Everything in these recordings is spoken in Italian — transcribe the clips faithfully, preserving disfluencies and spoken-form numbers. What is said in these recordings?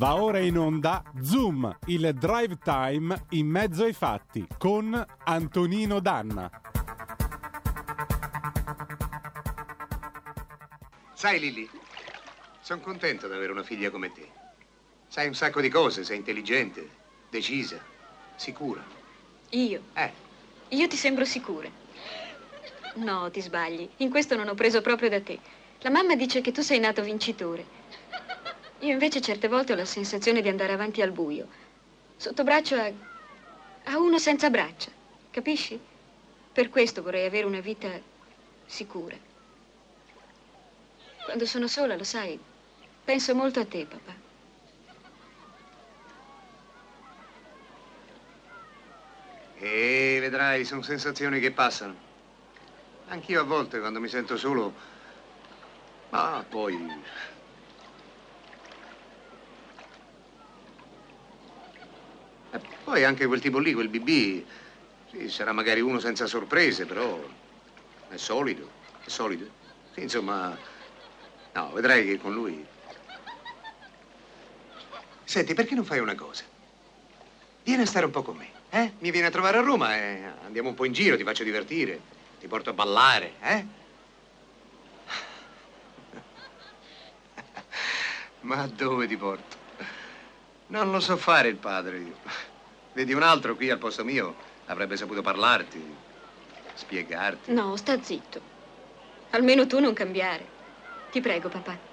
Va ora in onda Zoom, il drive time in mezzo ai fatti con Antonino Danna. Sai Lilli, sono contento di avere una figlia come te. Sai un sacco di cose, sei intelligente, decisa, sicura. Io? Eh. Io ti sembro sicura. No, ti sbagli. In questo non ho preso proprio da te. La mamma dice che tu sei nato vincitore. Io invece certe volte ho la sensazione di andare avanti al buio. Sotto braccio a, a uno senza braccia. Capisci? Per questo vorrei avere una vita sicura. Quando sono sola, lo sai, penso molto a te, papà. E vedrai, sono sensazioni che passano. Anch'io a volte, quando mi sento solo... Ma poi... E poi anche quel tipo lì, quel B B, sì, sarà magari uno senza sorprese, però è solido, è solido. Sì, insomma... No, vedrai che con lui... Senti, perché non fai una cosa? Vieni a stare un po' con me, eh? Mi vieni a trovare a Roma e andiamo un po' in giro, ti faccio divertire, ti porto a ballare, eh? Ma dove ti porto? Non lo so fare il padre io. Vedi, un altro qui al posto mio avrebbe saputo parlarti, spiegarti. No, sta zitto. Almeno tu non cambiare. Ti prego, papà.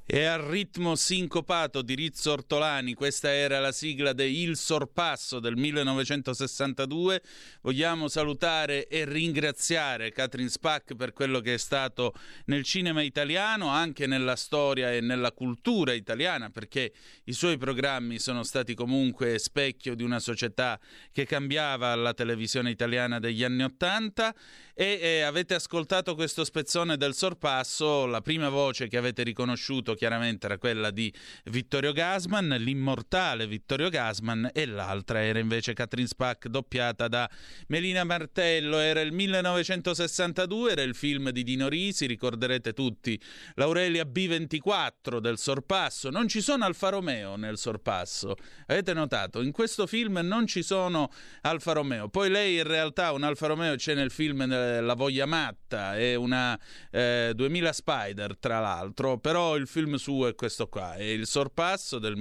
E al ritmo sincopato di Rizzo Ortolani, questa era la sigla de Il Sorpasso del millenovecentosessantadue. Vogliamo salutare e ringraziare Katrin Spack per quello che è stato nel cinema italiano, anche nella storia e nella cultura italiana, perché i suoi programmi sono stati comunque specchio di una società che cambiava la televisione italiana degli anni Ottanta. E eh, avete ascoltato questo spezzone del Sorpasso, la prima voce che avete riconosciuto chiaramente era quella di Vittorio Gassman, l'immortale Vittorio Gassman, e l'altra era invece Katrin Spack doppiata da Melina Martello. Era il millenovecentosessantadue, era il film di Dino Risi, ricorderete tutti l'Aurelia B ventiquattro del Sorpasso. Non ci sono Alfa Romeo nel Sorpasso, avete notato? In questo film non ci sono Alfa Romeo. Poi lei in realtà un Alfa Romeo c'è nel film La Voglia Matta e una eh, duemila Spider, tra l'altro, però il film suo è questo qua, è Il Sorpasso del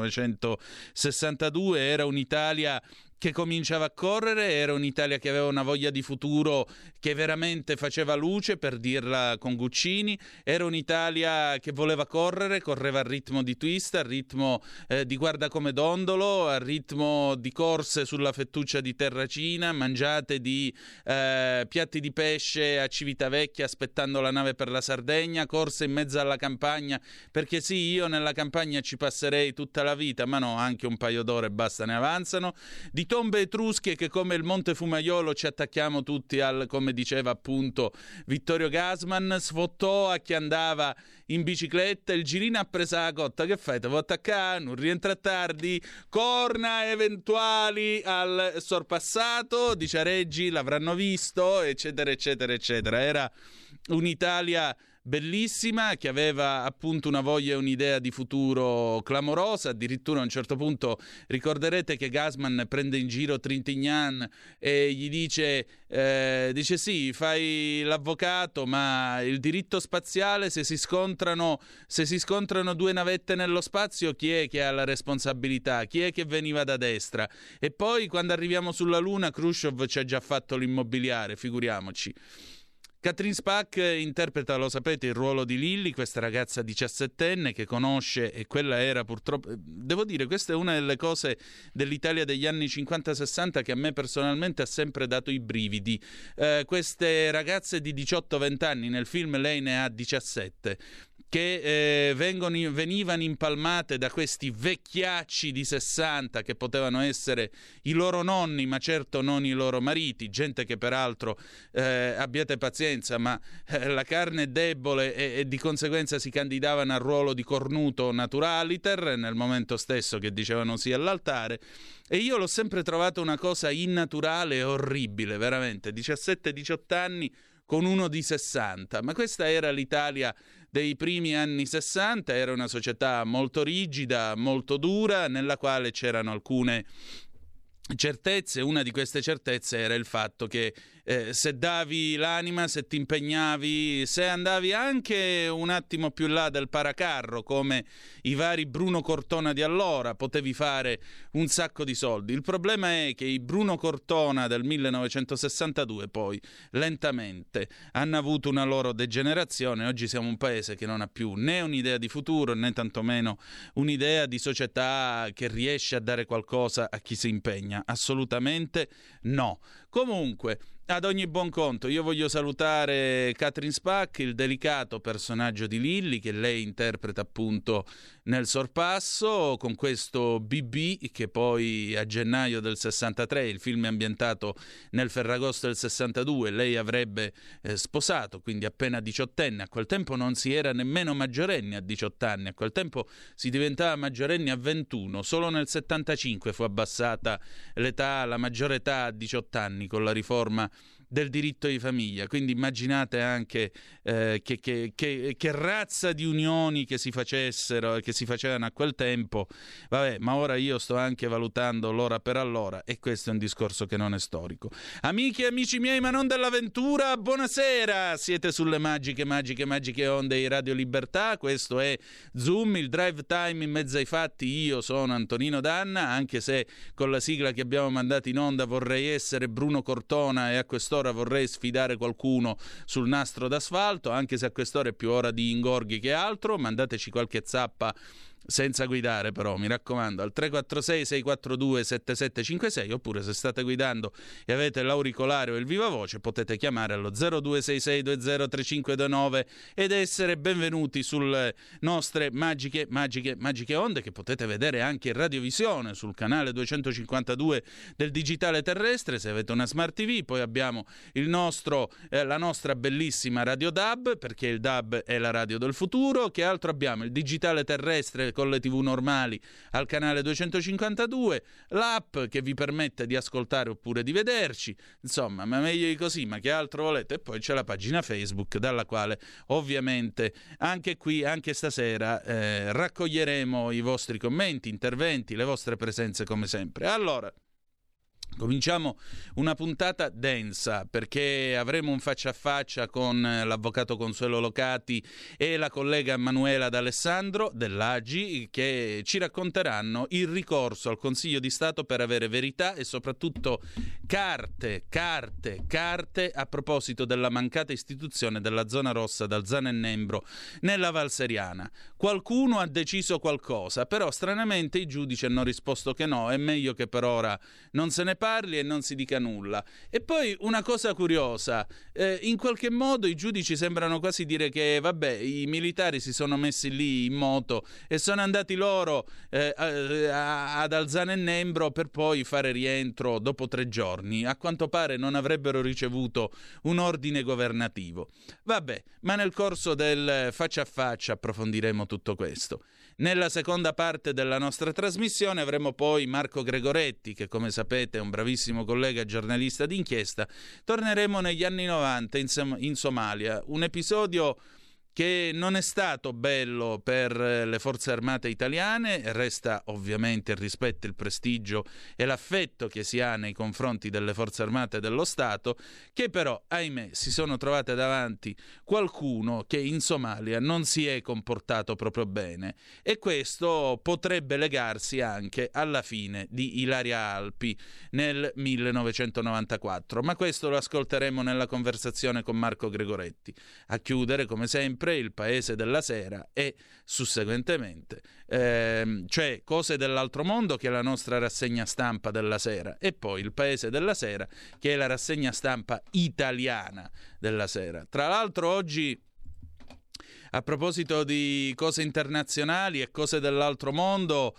millenovecentosessantadue. Era un'Italia che cominciava a correre, era un'Italia che aveva una voglia di futuro che veramente faceva luce, per dirla con Guccini. Era un'Italia che voleva correre, correva al ritmo di twist, al ritmo eh, di Guarda come dondolo, al ritmo di corse sulla fettuccia di Terracina, mangiate di eh, piatti di pesce a Civitavecchia aspettando la nave per la Sardegna, corse in mezzo alla campagna, perché sì, io nella campagna ci passerei tutta la vita, ma no, anche un paio d'ore basta, ne avanzano. Di tombe etrusche che come il Monte Fumaiolo ci attacchiamo tutti al, come diceva appunto Vittorio Gassman. Sfottò a chi andava in bicicletta, il girino ha presa la cotta, che fai? Te vuoi attaccare? Non rientra tardi? Corna eventuali al sorpassato di Ciareggi l'avranno visto, eccetera eccetera eccetera. Era un'Italia bellissima, che aveva appunto una voglia e un'idea di futuro clamorosa. Addirittura a un certo punto ricorderete che Gassman prende in giro Trintignant e gli dice eh, dice sì, fai l'avvocato, ma il diritto spaziale, se si scontrano se si scontrano due navette nello spazio, chi è che ha la responsabilità? Chi è che veniva da destra? E poi quando arriviamo sulla Luna Khrushchev ci ha già fatto l'immobiliare, figuriamoci. Katrin Spack interpreta, lo sapete, il ruolo di Lilly, questa ragazza diciassettenne che conosce, e quella era purtroppo, devo dire, questa è una delle cose dell'Italia degli anni cinquanta sessanta che a me personalmente ha sempre dato i brividi. Eh, queste ragazze di diciotto venti anni, nel film lei ne ha diciassette, che eh, vengono, venivano impalmate da questi vecchiacci di sessanta che potevano essere i loro nonni, ma certo non i loro mariti, gente che peraltro, eh, abbiate pazienza, ma eh, la carne è debole e, e di conseguenza si candidavano al ruolo di cornuto naturaliter nel momento stesso che dicevano sì all'altare. E io l'ho sempre trovato una cosa innaturale e orribile, veramente, diciassette diciotto anni con uno di sessanta, ma questa era l'Italia dei primi anni sessanta, era una società molto rigida, molto dura, nella quale c'erano alcune certezze. Una di queste certezze era il fatto che eh, se davi l'anima, se ti impegnavi, se andavi anche un attimo più là del paracarro come i vari Bruno Cortona di allora, potevi fare un sacco di soldi. Il problema è che i Bruno Cortona del millenovecentosessantadue poi lentamente hanno avuto una loro degenerazione. Oggi siamo un paese che non ha più né un'idea di futuro né tantomeno un'idea di società che riesce a dare qualcosa a chi si impegna. Assolutamente no. Comunque, ad ogni buon conto, io voglio salutare Katrin Spack, il delicato personaggio di Lilly che lei interpreta appunto nel Sorpasso, con questo B B che poi a gennaio del sessantatré, il film è ambientato nel Ferragosto del sessantadue, lei avrebbe eh, sposato, quindi appena diciottenne. A quel tempo non si era nemmeno maggiorenni a diciotto anni, a quel tempo si diventava maggiorenni a ventuno, solo nel settantacinque fu abbassata l'età, la maggiore età a diciotto anni con la riforma del diritto di famiglia. Quindi immaginate anche eh, che, che, che, che razza di unioni che si facessero, che si facevano a quel tempo. Vabbè, ma ora io sto anche valutando l'ora per allora e questo è un discorso che non è storico. Amiche e amici miei, ma non dell'avventura, buonasera! Siete sulle magiche, magiche, magiche onde di Radio Libertà. Questo è Zoom, il drive time in mezzo ai fatti. Io sono Antonino Danna, anche se con la sigla che abbiamo mandato in onda vorrei essere Bruno Cortona e a questo quest'ora vorrei sfidare qualcuno sul nastro d'asfalto, anche se a quest'ora è più ora di ingorghi che altro. Mandateci qualche zappa senza guidare, però, mi raccomando, al tre quattro sei sei quattro due sette sette cinque sei, oppure se state guidando e avete l'auricolare o il viva voce potete chiamare allo zero due sei sei due zero tre cinque due nove ed essere benvenuti sulle nostre magiche magiche magiche onde, che potete vedere anche in radiovisione sul canale duecentocinquantadue del digitale terrestre se avete una smart tivù. Poi abbiamo il nostro eh, la nostra bellissima radio D A B, perché il D A B è la radio del futuro. Che altro abbiamo? Il digitale terrestre con le tivù normali al canale duecentocinquantadue, l'app che vi permette di ascoltare oppure di vederci, insomma, ma meglio di così, ma che altro volete? E poi c'è la pagina Facebook, dalla quale ovviamente anche qui, anche stasera, eh, raccoglieremo i vostri commenti, interventi, le vostre presenze come sempre. Allora, cominciamo una puntata densa, perché avremo un faccia a faccia con l'avvocato Consuelo Locati e la collega Manuela D'Alessandro dell'A G I, che ci racconteranno il ricorso al Consiglio di Stato per avere verità e soprattutto carte, carte, carte a proposito della mancata istituzione della zona rossa da Zana e Nembro nella Val Seriana. Qualcuno ha deciso qualcosa, però stranamente i giudici hanno risposto che no, è meglio che per ora non se ne parli e non si dica nulla. E poi una cosa curiosa, eh, in qualche modo i giudici sembrano quasi dire che vabbè, i militari si sono messi lì in moto e sono andati loro eh, a, ad Alzana e Nembro per poi fare rientro dopo tre giorni. A quanto pare non avrebbero ricevuto un ordine governativo. Vabbè, ma nel corso del faccia a faccia approfondiremo tutto questo. Nella seconda parte della nostra trasmissione avremo poi Marco Gregoretti, che come sapete è un bravissimo collega giornalista d'inchiesta. Torneremo negli anni novanta in, Som- in Somalia, un episodio che non è stato bello per le forze armate italiane. Resta ovviamente il rispetto, il prestigio e l'affetto che si ha nei confronti delle forze armate dello Stato, che però, ahimè, si sono trovate davanti qualcuno che in Somalia non si è comportato proprio bene, e questo potrebbe legarsi anche alla fine di Ilaria Alpi nel millenovecentonovantaquattro, ma questo lo ascolteremo nella conversazione con Marco Gregoretti. A chiudere, come sempre, il Paese della Sera e susseguentemente ehm, cioè Cose dell'altro mondo, che è la nostra rassegna stampa della sera, e poi il Paese della Sera, che è la rassegna stampa italiana della sera. Tra l'altro oggi, a proposito di cose internazionali e cose dell'altro mondo,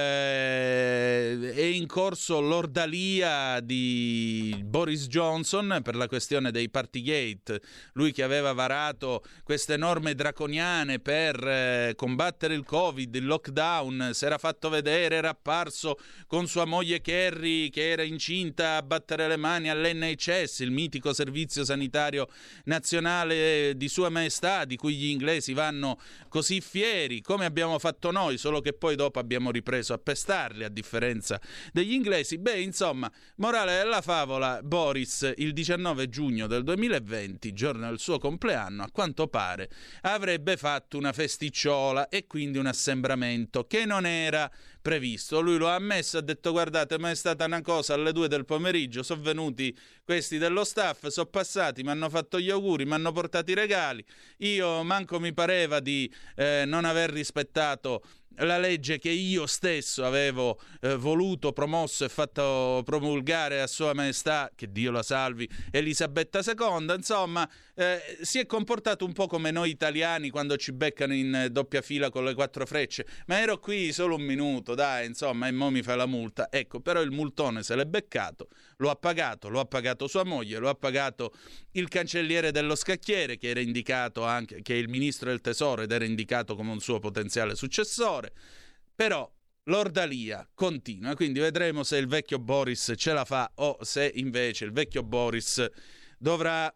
eh, è in corso l'ordalia di Boris Johnson per la questione dei Partygate. Lui che aveva varato queste norme draconiane per eh, combattere il Covid, il lockdown, si era fatto vedere, era apparso con sua moglie Kerry che era incinta a battere le mani all'N H S, il mitico servizio sanitario nazionale di Sua Maestà, di cui gli inglesi vanno così fieri, come abbiamo fatto noi, solo che poi dopo abbiamo ripreso a pestarli, a differenza degli inglesi. Beh, insomma, morale della favola, Boris il diciannove giugno del duemilaventi, giorno del suo compleanno, a quanto pare avrebbe fatto una festicciola e quindi un assembramento che non era previsto. Lui lo ha ammesso, ha detto: guardate, ma è stata una cosa alle due del pomeriggio, sono venuti questi dello staff, sono passati, mi hanno fatto gli auguri, mi hanno portato i regali, io manco mi pareva di eh, non aver rispettato la legge che io stesso avevo eh, voluto, promosso e fatto promulgare a Sua Maestà, che Dio la salvi, Elisabetta seconda. Insomma, eh, si è comportato un po' come noi italiani quando ci beccano in doppia fila con le quattro frecce. Ma ero qui solo un minuto, dai, insomma, e mo mi fa la multa. Ecco, però il multone se l'è beccato, lo ha pagato, lo ha pagato sua moglie, lo ha pagato il cancelliere dello scacchiere, che era indicato anche, che è il ministro del tesoro ed era indicato come un suo potenziale successore. Però l'ordalia continua, quindi vedremo se il vecchio Boris ce la fa o se invece il vecchio Boris dovrà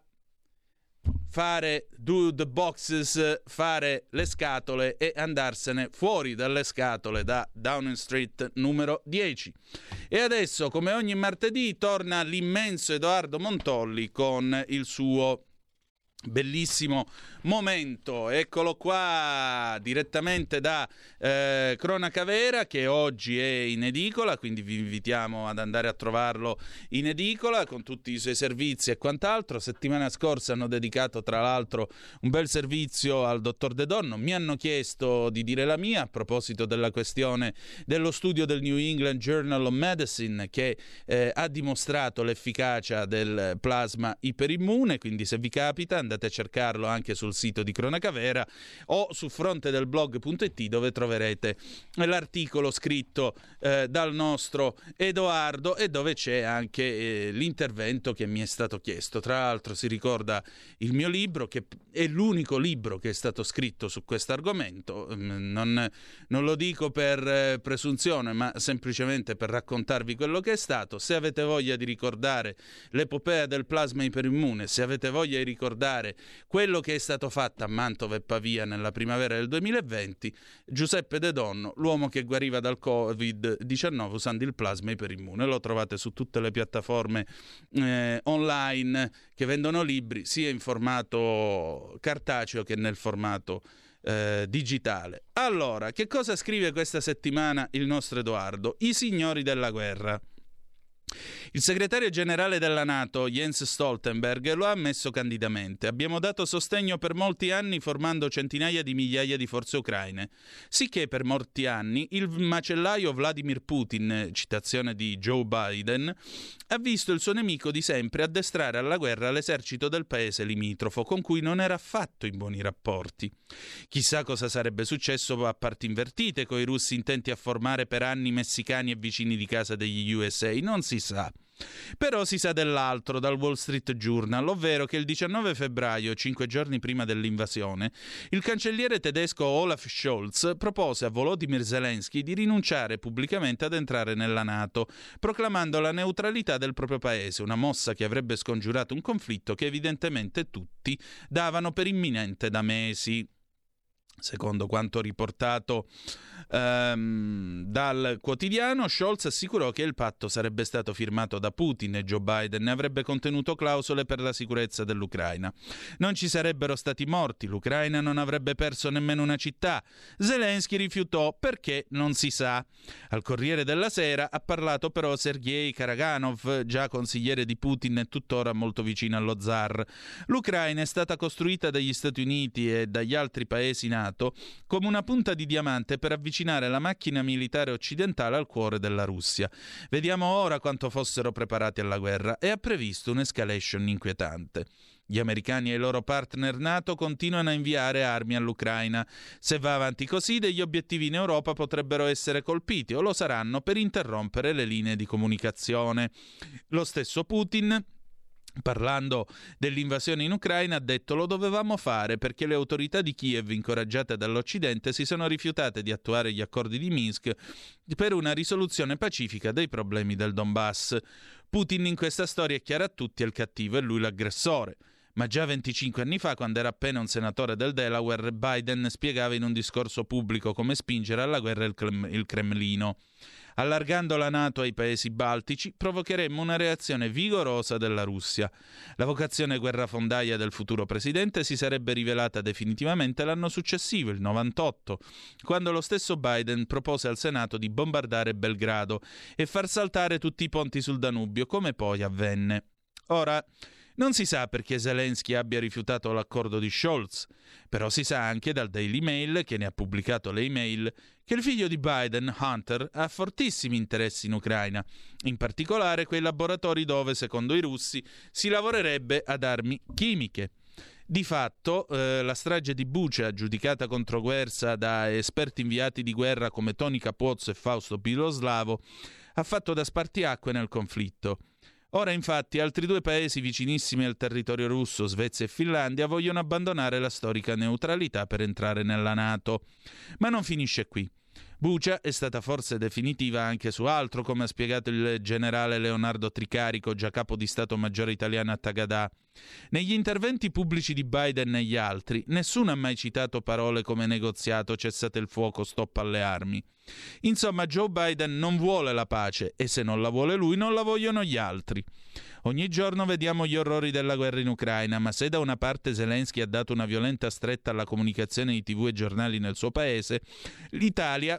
fare do the boxes, fare le scatole e andarsene fuori dalle scatole da Downing Street numero dieci. E adesso, come ogni martedì, torna l'immenso Edoardo Montolli con il suo Bellissimo momento, eccolo qua direttamente da eh, Cronaca Vera, che oggi è in edicola, quindi vi invitiamo ad andare a trovarlo in edicola con tutti i suoi servizi e quant'altro. Settimana scorsa hanno dedicato tra l'altro un bel servizio al dottor De Donno, mi hanno chiesto di dire la mia a proposito della questione dello studio del New England Journal of Medicine che eh, ha dimostrato l'efficacia del plasma iperimmune, quindi se vi capita andate a cercarlo anche sul sito di Cronaca Vera o su frontedelblog punto it, dove troverete l'articolo scritto eh, dal nostro Edoardo e dove c'è anche eh, l'intervento che mi è stato chiesto. Tra l'altro si ricorda il mio libro, che è l'unico libro che è stato scritto su questo argomento. Non, non lo dico per eh, presunzione, ma semplicemente per raccontarvi quello che è stato. Se avete voglia di ricordare l'epopea del plasma iperimmune, se avete voglia di ricordare quello che è stato fatto a Mantova e Pavia nella primavera del duemilaventi, Giuseppe De Donno, l'uomo che guariva dal covid diciannove usando il plasma iperimmune. Lo trovate su tutte le piattaforme eh, online che vendono libri, sia in formato cartaceo che nel formato eh, digitale. Allora, che cosa scrive questa settimana il nostro Edoardo? I signori della guerra. Il segretario generale della NATO, Jens Stoltenberg, lo ha ammesso candidamente. Abbiamo dato sostegno per molti anni formando centinaia di migliaia di forze ucraine. Sicché per molti anni il macellaio Vladimir Putin, citazione di Joe Biden, ha visto il suo nemico di sempre addestrare alla guerra l'esercito del paese limitrofo, con cui non era affatto in buoni rapporti. Chissà cosa sarebbe successo a parti invertite, coi russi intenti a formare per anni messicani e vicini di casa degli U S A, non si sa. Però si sa dell'altro dal Wall Street Journal, ovvero che il diciannove febbraio, cinque giorni prima dell'invasione, il cancelliere tedesco Olaf Scholz propose a Volodymyr Zelensky di rinunciare pubblicamente ad entrare nella NATO, proclamando la neutralità del proprio paese, una mossa che avrebbe scongiurato un conflitto che evidentemente tutti davano per imminente da mesi. Secondo quanto riportato ehm, dal quotidiano, Scholz assicurò che il patto sarebbe stato firmato da Putin e Joe Biden e avrebbe contenuto clausole per la sicurezza dell'Ucraina. Non ci sarebbero stati morti, l'Ucraina non avrebbe perso nemmeno una città. Zelensky rifiutò perché non si sa. Al Corriere della Sera ha parlato però Sergei Karaganov, già consigliere di Putin e tuttora molto vicino allo zar. L'Ucraina è stata costruita dagli Stati Uniti e dagli altri paesi NATO come una punta di diamante per avvicinare la macchina militare occidentale al cuore della Russia. Vediamo ora quanto fossero preparati alla guerra e ha previsto un'escalation inquietante. Gli americani e i loro partner NATO continuano a inviare armi all'Ucraina. Se va avanti così, degli obiettivi in Europa potrebbero essere colpiti o lo saranno per interrompere le linee di comunicazione. Lo stesso Putin, parlando dell'invasione in Ucraina, ha detto: lo dovevamo fare perché le autorità di Kiev, incoraggiate dall'Occidente, si sono rifiutate di attuare gli accordi di Minsk per una risoluzione pacifica dei problemi del Donbass. Putin in questa storia è chiaro a tutti, è il cattivo e lui l'aggressore. Ma già venticinque anni fa, quando era appena un senatore del Delaware, Biden spiegava in un discorso pubblico come spingere alla guerra il, Clem- il Cremlino. Allargando la NATO ai paesi baltici, provocheremmo una reazione vigorosa della Russia. La vocazione guerrafondaia del futuro presidente si sarebbe rivelata definitivamente l'anno successivo, il novantotto, quando lo stesso Biden propose al Senato di bombardare Belgrado e far saltare tutti i ponti sul Danubio, come poi avvenne. Ora, non si sa perché Zelensky abbia rifiutato l'accordo di Scholz, però si sa anche dal Daily Mail, che ne ha pubblicato le email, che il figlio di Biden, Hunter, ha fortissimi interessi in Ucraina, in particolare quei laboratori dove, secondo i russi, si lavorerebbe ad armi chimiche. Di fatto, eh, la strage di Bucha, giudicata controversa da esperti inviati di guerra come Tony Capozzo e Fausto Piroslavo, ha fatto da spartiacque nel conflitto. Ora infatti altri due paesi vicinissimi al territorio russo, Svezia e Finlandia, vogliono abbandonare la storica neutralità per entrare nella NATO. Ma non finisce qui. Bucha è stata forse definitiva anche su altro, come ha spiegato il generale Leonardo Tricarico, già capo di Stato Maggiore italiano a Tagada. Negli interventi pubblici di Biden e gli altri, nessuno ha mai citato parole come negoziato, cessate il fuoco, stop alle armi. Insomma, Joe Biden non vuole la pace e se non la vuole lui, non la vogliono gli altri. Ogni giorno vediamo gli orrori della guerra in Ucraina, ma se da una parte Zelensky ha dato una violenta stretta alla comunicazione di tivù e giornali nel suo paese, l'Italia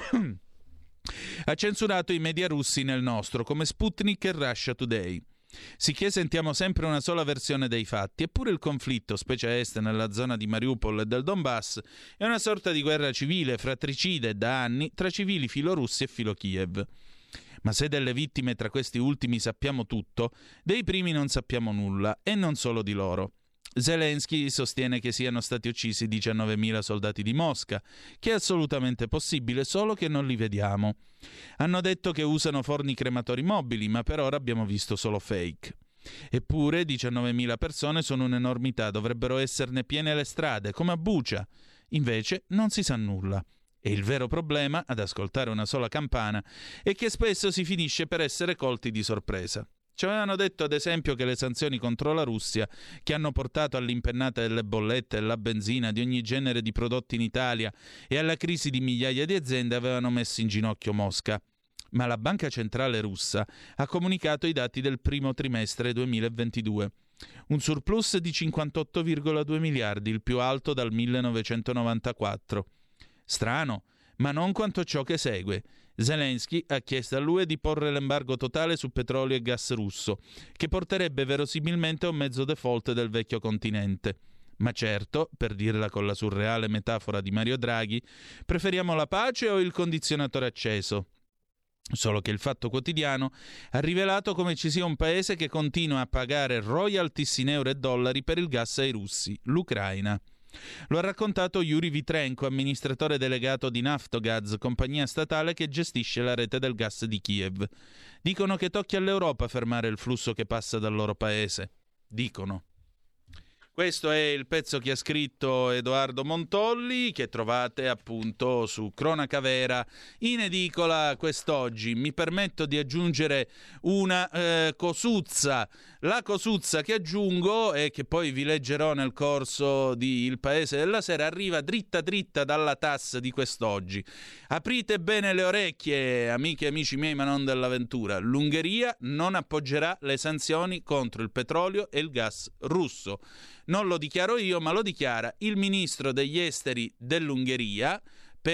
ha censurato i media russi nel nostro, come Sputnik e Russia Today. Sicché sentiamo sempre una sola versione dei fatti, eppure il conflitto, specie a est nella zona di Mariupol e del Donbass, è una sorta di guerra civile, fratricide da anni, tra civili filorussi e filo Kiev. Ma se delle vittime tra questi ultimi sappiamo tutto, dei primi non sappiamo nulla, e non solo di loro. Zelensky sostiene che siano stati uccisi diciannovemila soldati di Mosca, che è assolutamente possibile, solo che non li vediamo. Hanno detto che usano forni crematori mobili, ma per ora abbiamo visto solo fake. Eppure diciannovemila persone sono un'enormità, dovrebbero esserne piene le strade, come a Bucha. Invece non si sa nulla. E il vero problema, ad ascoltare una sola campana, è che spesso si finisce per essere colti di sorpresa. Ci avevano detto ad esempio che le sanzioni contro la Russia, che hanno portato all'impennata delle bollette e la benzina di ogni genere di prodotti in Italia e alla crisi di migliaia di aziende, avevano messo in ginocchio Mosca. Ma la Banca Centrale russa ha comunicato i dati del primo trimestre duemilaventidue. Un surplus di cinquantotto virgola due miliardi, il più alto dal millenovecentonovantaquattro. Strano, ma non quanto ciò che segue. Zelensky ha chiesto all'U E di porre l'embargo totale su petrolio e gas russo, che porterebbe verosimilmente a un mezzo default del vecchio continente. Ma certo, per dirla con la surreale metafora di Mario Draghi, preferiamo la pace o il condizionatore acceso? Solo che il Fatto Quotidiano ha rivelato come ci sia un paese che continua a pagare royalties in euro e dollari per il gas ai russi, l'Ucraina. Lo ha raccontato Yuri Vitrenko, amministratore delegato di Naftogaz, compagnia statale che gestisce la rete del gas di Kiev. Dicono che tocchi all'Europa fermare il flusso che passa dal loro paese. Dicono. Questo è il pezzo che ha scritto Edoardo Montolli, che trovate appunto su Cronaca Vera in edicola quest'oggi. Mi permetto di aggiungere una eh, cosuzza. La cosuzza che aggiungo e che poi vi leggerò nel corso di Il Paese della Sera arriva dritta dritta dalla T A S di quest'oggi. Aprite bene le orecchie, amiche e amici miei, ma non dell'avventura. L'Ungheria non appoggerà le sanzioni contro il petrolio e il gas russo. Non lo dichiaro io, ma lo dichiara il ministro degli esteri dell'Ungheria,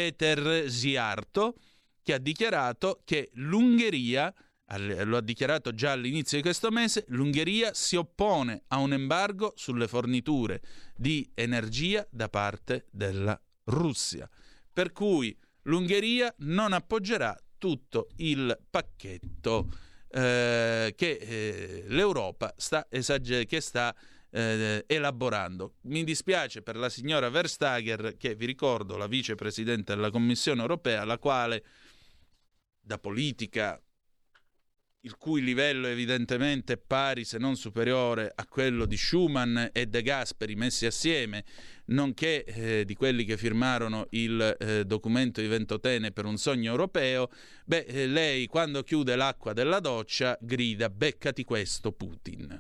Peter Szijjártó, che ha dichiarato che l'Ungheria, lo ha dichiarato già all'inizio di questo mese, l'Ungheria si oppone a un embargo sulle forniture di energia da parte della Russia. Per cui l'Ungheria non appoggerà tutto il pacchetto eh, che eh, l'Europa sta esager- che sta Eh, elaborando. Mi dispiace per la signora Verstager, che vi ricordo la vicepresidente della Commissione europea, la quale da politica il cui livello evidentemente è pari se non superiore a quello di Schuman e De Gasperi messi assieme, nonché eh, di quelli che firmarono il eh, documento di Ventotene per un sogno europeo, beh, eh, lei quando chiude l'acqua della doccia grida beccati questo Putin.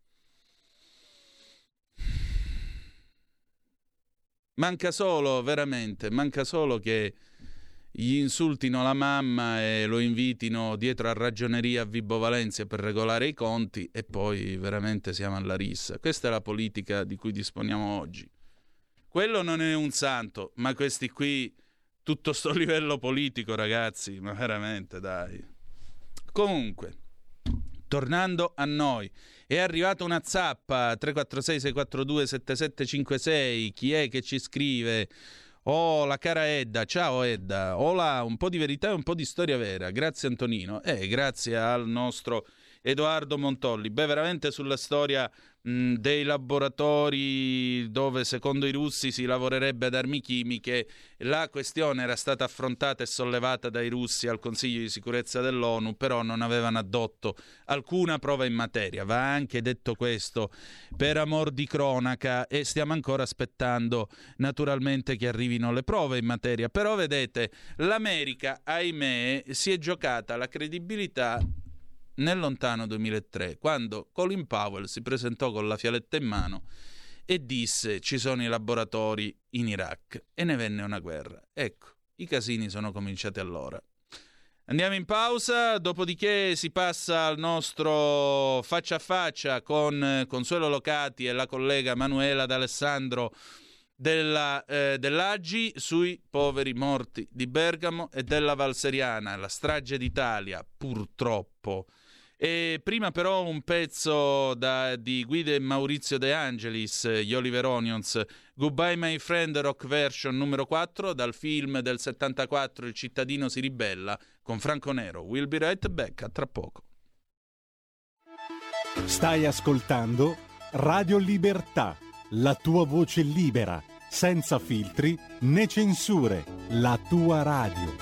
Manca solo, veramente, manca solo che gli insultino la mamma e lo invitino dietro a Ragioneria a Vibo Valencia per regolare i conti e poi veramente siamo alla rissa. Questa è la politica di cui disponiamo oggi. Quello non è un santo, ma questi qui, tutto sto livello politico, ragazzi, ma veramente, dai. Comunque, tornando a noi, è arrivata una zappa tre quattro sei sei quattro due sette sette cinque sei. Chi è che ci scrive? Oh, la cara Edda. Ciao Edda. Hola, un po' di verità e un po' di storia vera. Grazie Antonino. E eh, grazie al nostro Edoardo Montolli. Beh, veramente sulla storia mh, dei laboratori dove secondo i russi si lavorerebbe ad armi chimiche. La questione era stata affrontata e sollevata dai russi al Consiglio di sicurezza dell'ONU, però non avevano addotto alcuna prova in materia. Va anche detto questo per amor di cronaca, e stiamo ancora aspettando naturalmente che arrivino le prove in materia. Però vedete, l'America, ahimè, si è giocata la credibilità nel lontano duemilatré, quando Colin Powell si presentò con la fialetta in mano e disse: ci sono i laboratori in Iraq, e ne venne una guerra. Ecco, i casini sono cominciati allora. Andiamo in pausa, dopodiché si passa al nostro faccia a faccia con Consuelo Locati e la collega Manuela D'Alessandro della, eh, dell'A G I sui poveri morti di Bergamo e della Valseriana, la strage d'Italia, purtroppo. E prima però un pezzo da, di Guido e Maurizio De Angelis, gli Oliver Onions, Goodbye My Friend Rock Version numero quattro, dal film del settantaquattro Il cittadino si ribella, con Franco Nero. We'll be right back, a tra poco. Stai ascoltando Radio Libertà, la tua voce libera, senza filtri né censure, la tua radio.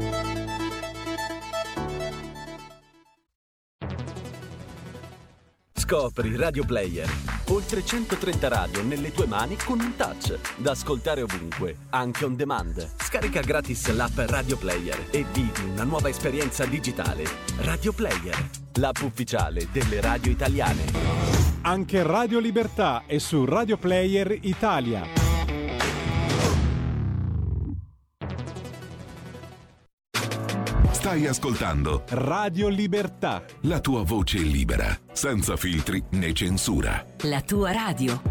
Scopri Radio Player. Oltre centotrenta radio nelle tue mani con un touch. Da ascoltare ovunque, anche on demand. Scarica gratis l'app Radio Player e vivi una nuova esperienza digitale. Radio Player, l'app ufficiale delle radio italiane. Anche Radio Libertà è su Radio Player Italia. Stai ascoltando Radio Libertà, la tua voce libera, senza filtri né censura. La tua radio.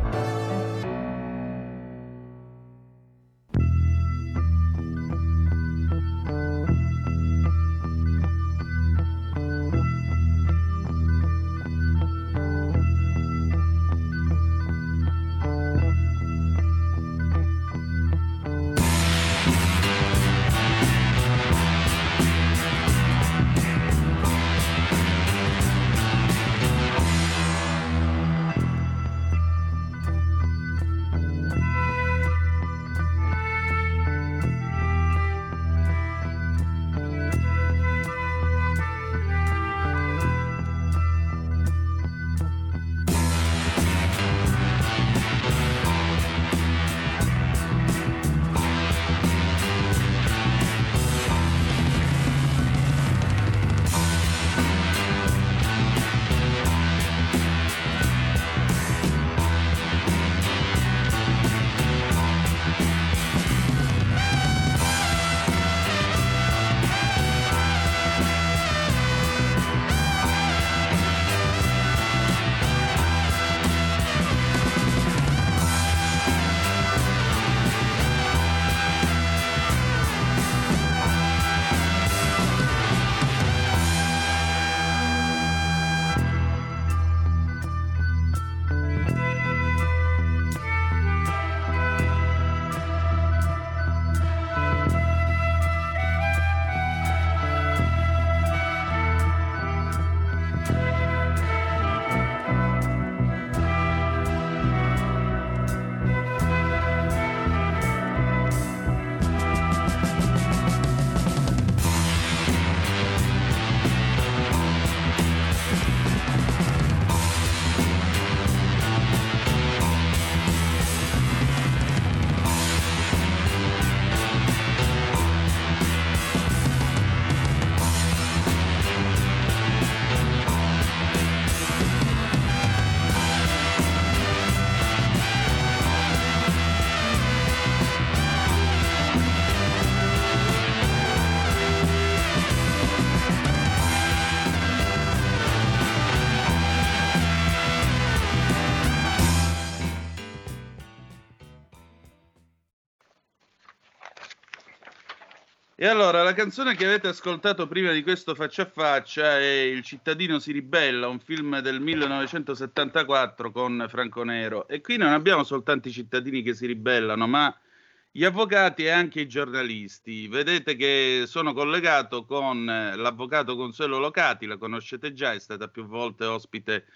E allora, la canzone che avete ascoltato prima di questo faccia a faccia è Il cittadino si ribella, un film del millenovecentosettantaquattro con Franco Nero. E qui non abbiamo soltanto i cittadini che si ribellano, ma gli avvocati e anche i giornalisti. Vedete che sono collegato con l'avvocato Consuelo Locati, la conoscete già, è stata più volte ospite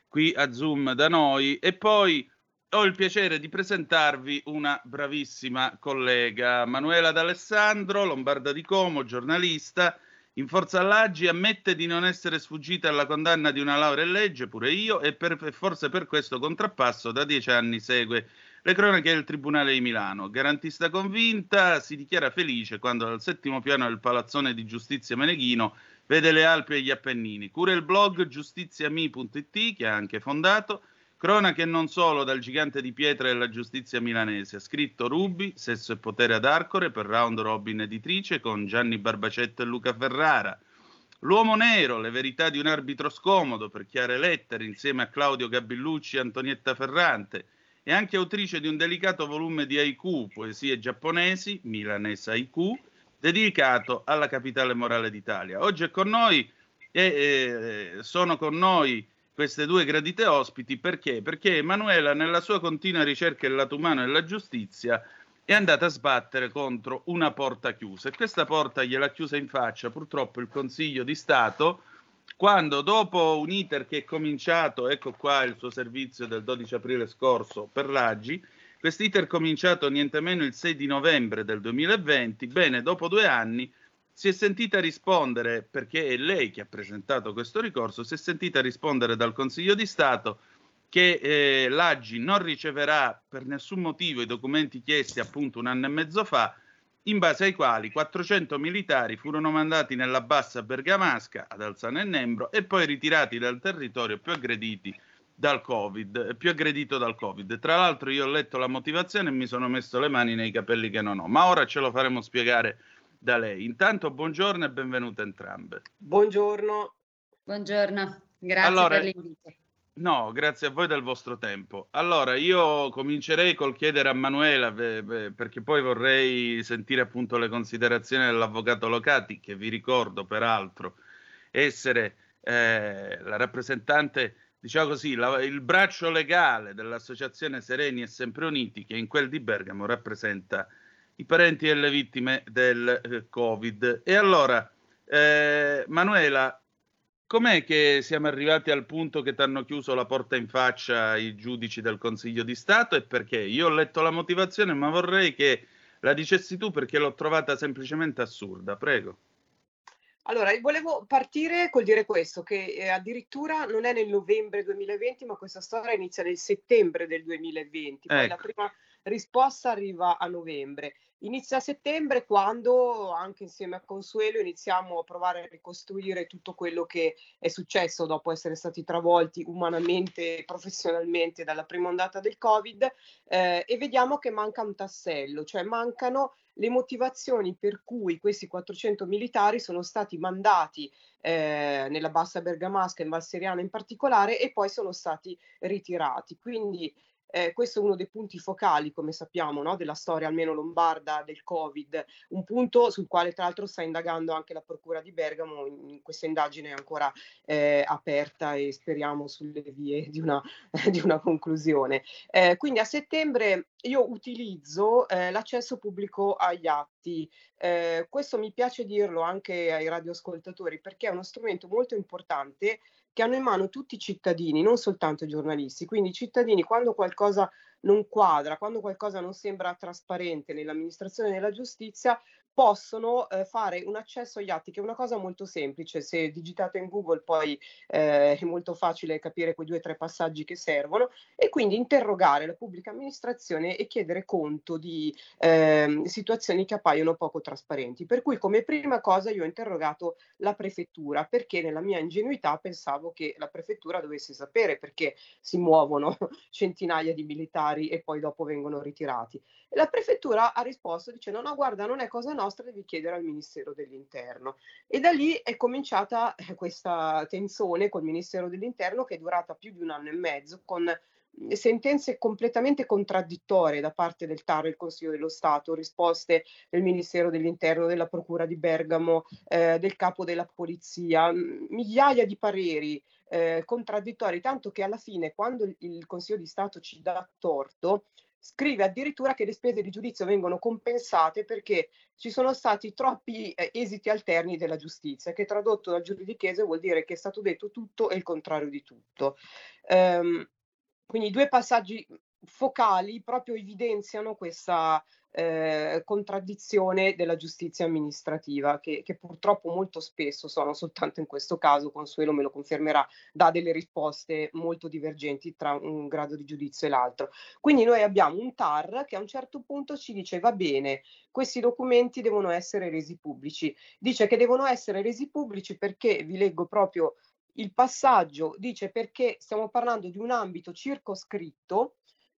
qui a Zoom da noi, e poi ho il piacere di presentarvi una bravissima collega, Manuela D'Alessandro, lombarda di Como, giornalista. In Forza all'Aggi ammette di non essere sfuggita alla condanna di una laurea in legge, pure io, e per, forse per questo contrappasso da dieci anni segue le cronache del Tribunale di Milano. Garantista convinta, si dichiara felice quando dal settimo piano del Palazzone di Giustizia Meneghino vede le Alpi e gli Appennini. Cura il blog giustiziami punto it, che ha anche fondato. Cronache non solo dal gigante di pietra della giustizia milanese. Ha scritto Ruby, Sesso e potere ad Arcore per Round Robin Editrice con Gianni Barbacetto e Luca Ferrara. L'uomo nero, le verità di un arbitro scomodo per Chiare Lettere insieme a Claudio Gabillucci e Antonietta Ferrante. È anche autrice di un delicato volume di haiku, poesie giapponesi, Milanese Haiku, dedicato alla capitale morale d'Italia. Oggi è con noi e eh, sono con noi queste due gradite ospiti perché? Perché Emanuela, nella sua continua ricerca del lato umano e della giustizia, è andata a sbattere contro una porta chiusa, e questa porta gliel'ha chiusa in faccia purtroppo il Consiglio di Stato, quando dopo un iter che è cominciato, ecco qua il suo servizio del dodici aprile scorso per l'Aggi, quest'iter è cominciato niente meno il sei di novembre del duemilaventi, bene, dopo due anni si è sentita rispondere, perché è lei che ha presentato questo ricorso, si è sentita rispondere dal Consiglio di Stato che eh, l'Aggi non riceverà per nessun motivo i documenti chiesti appunto un anno e mezzo fa, in base ai quali quattrocento militari furono mandati nella bassa bergamasca ad Alzano e Nembro e poi ritirati dal territorio più aggrediti dal Covid, più aggredito dal Covid. Tra l'altro io ho letto la motivazione e mi sono messo le mani nei capelli che non ho, ma ora ce lo faremo spiegare da lei. Intanto buongiorno e benvenute entrambe. Buongiorno. Buongiorno, grazie allora, per l'invito. No, grazie a voi del vostro tempo. Allora, io comincerei col chiedere a Manuela, beh, beh, perché poi vorrei sentire appunto le considerazioni dell'avvocato Locati, che vi ricordo peraltro essere eh, la rappresentante, diciamo così, la, il braccio legale dell'associazione Sereni e Sempre Uniti, che in quel di Bergamo rappresenta i parenti delle vittime del eh, Covid. E allora, eh, Manuela, com'è che siamo arrivati al punto che ti hanno chiuso la porta in faccia i giudici del Consiglio di Stato e perché? Io ho letto la motivazione, ma vorrei che la dicessi tu perché l'ho trovata semplicemente assurda. Prego. Allora, volevo partire col dire questo, che eh, addirittura non è nel novembre duemilaventi, ma questa storia inizia nel settembre del duemilaventi. Poi Ecco. La prima risposta arriva a novembre. Inizia a settembre quando, anche insieme a Consuelo, iniziamo a provare a ricostruire tutto quello che è successo dopo essere stati travolti umanamente e professionalmente dalla prima ondata del Covid, eh, e vediamo che manca un tassello, cioè mancano le motivazioni per cui questi quattrocento militari sono stati mandati eh, nella bassa bergamasca, in Val Seriana in particolare, e poi sono stati ritirati. Quindi Eh, questo è uno dei punti focali, come sappiamo, no, della storia almeno lombarda del Covid, un punto sul quale tra l'altro sta indagando anche la Procura di Bergamo. In questa indagine è ancora eh, aperta e speriamo sulle vie di una, di una conclusione. Eh, quindi a settembre io utilizzo eh, l'accesso pubblico agli atti. Eh, questo mi piace dirlo anche ai radioascoltatori perché è uno strumento molto importante che hanno in mano tutti i cittadini, non soltanto i giornalisti. Quindi i cittadini, quando qualcosa non quadra, quando qualcosa non sembra trasparente nell'amministrazione della giustizia, possono eh, fare un accesso agli atti, che è una cosa molto semplice. Se digitate in Google poi eh, è molto facile capire quei due o tre passaggi che servono, e quindi interrogare la pubblica amministrazione e chiedere conto di eh, situazioni che appaiono poco trasparenti. Per cui come prima cosa io ho interrogato la prefettura, perché nella mia ingenuità pensavo che la prefettura dovesse sapere perché si muovono centinaia di militari e poi dopo vengono ritirati. E la prefettura ha risposto dicendo no, guarda, non è cosa nostra, devi chiedere al Ministero dell'Interno. E da lì è cominciata questa tensione col Ministero dell'Interno che è durata più di un anno e mezzo, con sentenze completamente contraddittorie da parte del TAR e del Consiglio dello Stato, risposte del Ministero dell'Interno, della Procura di Bergamo, eh, del Capo della Polizia, migliaia di pareri eh, contraddittori, tanto che alla fine, quando il Consiglio di Stato ci dà torto, scrive addirittura che le spese di giudizio vengono compensate perché ci sono stati troppi eh, esiti alterni della giustizia, che tradotto dal giuridichese vuol dire che è stato detto tutto e il contrario di tutto. Ehm, quindi due passaggi focali proprio evidenziano questa eh, contraddizione della giustizia amministrativa, che, che purtroppo molto spesso, sono soltanto in questo caso, Consuelo me lo confermerà, dà delle risposte molto divergenti tra un grado di giudizio e l'altro. Quindi noi abbiamo un T A R che a un certo punto ci dice va bene, questi documenti devono essere resi pubblici. Dice che devono essere resi pubblici perché, vi leggo proprio il passaggio, dice perché stiamo parlando di un ambito circoscritto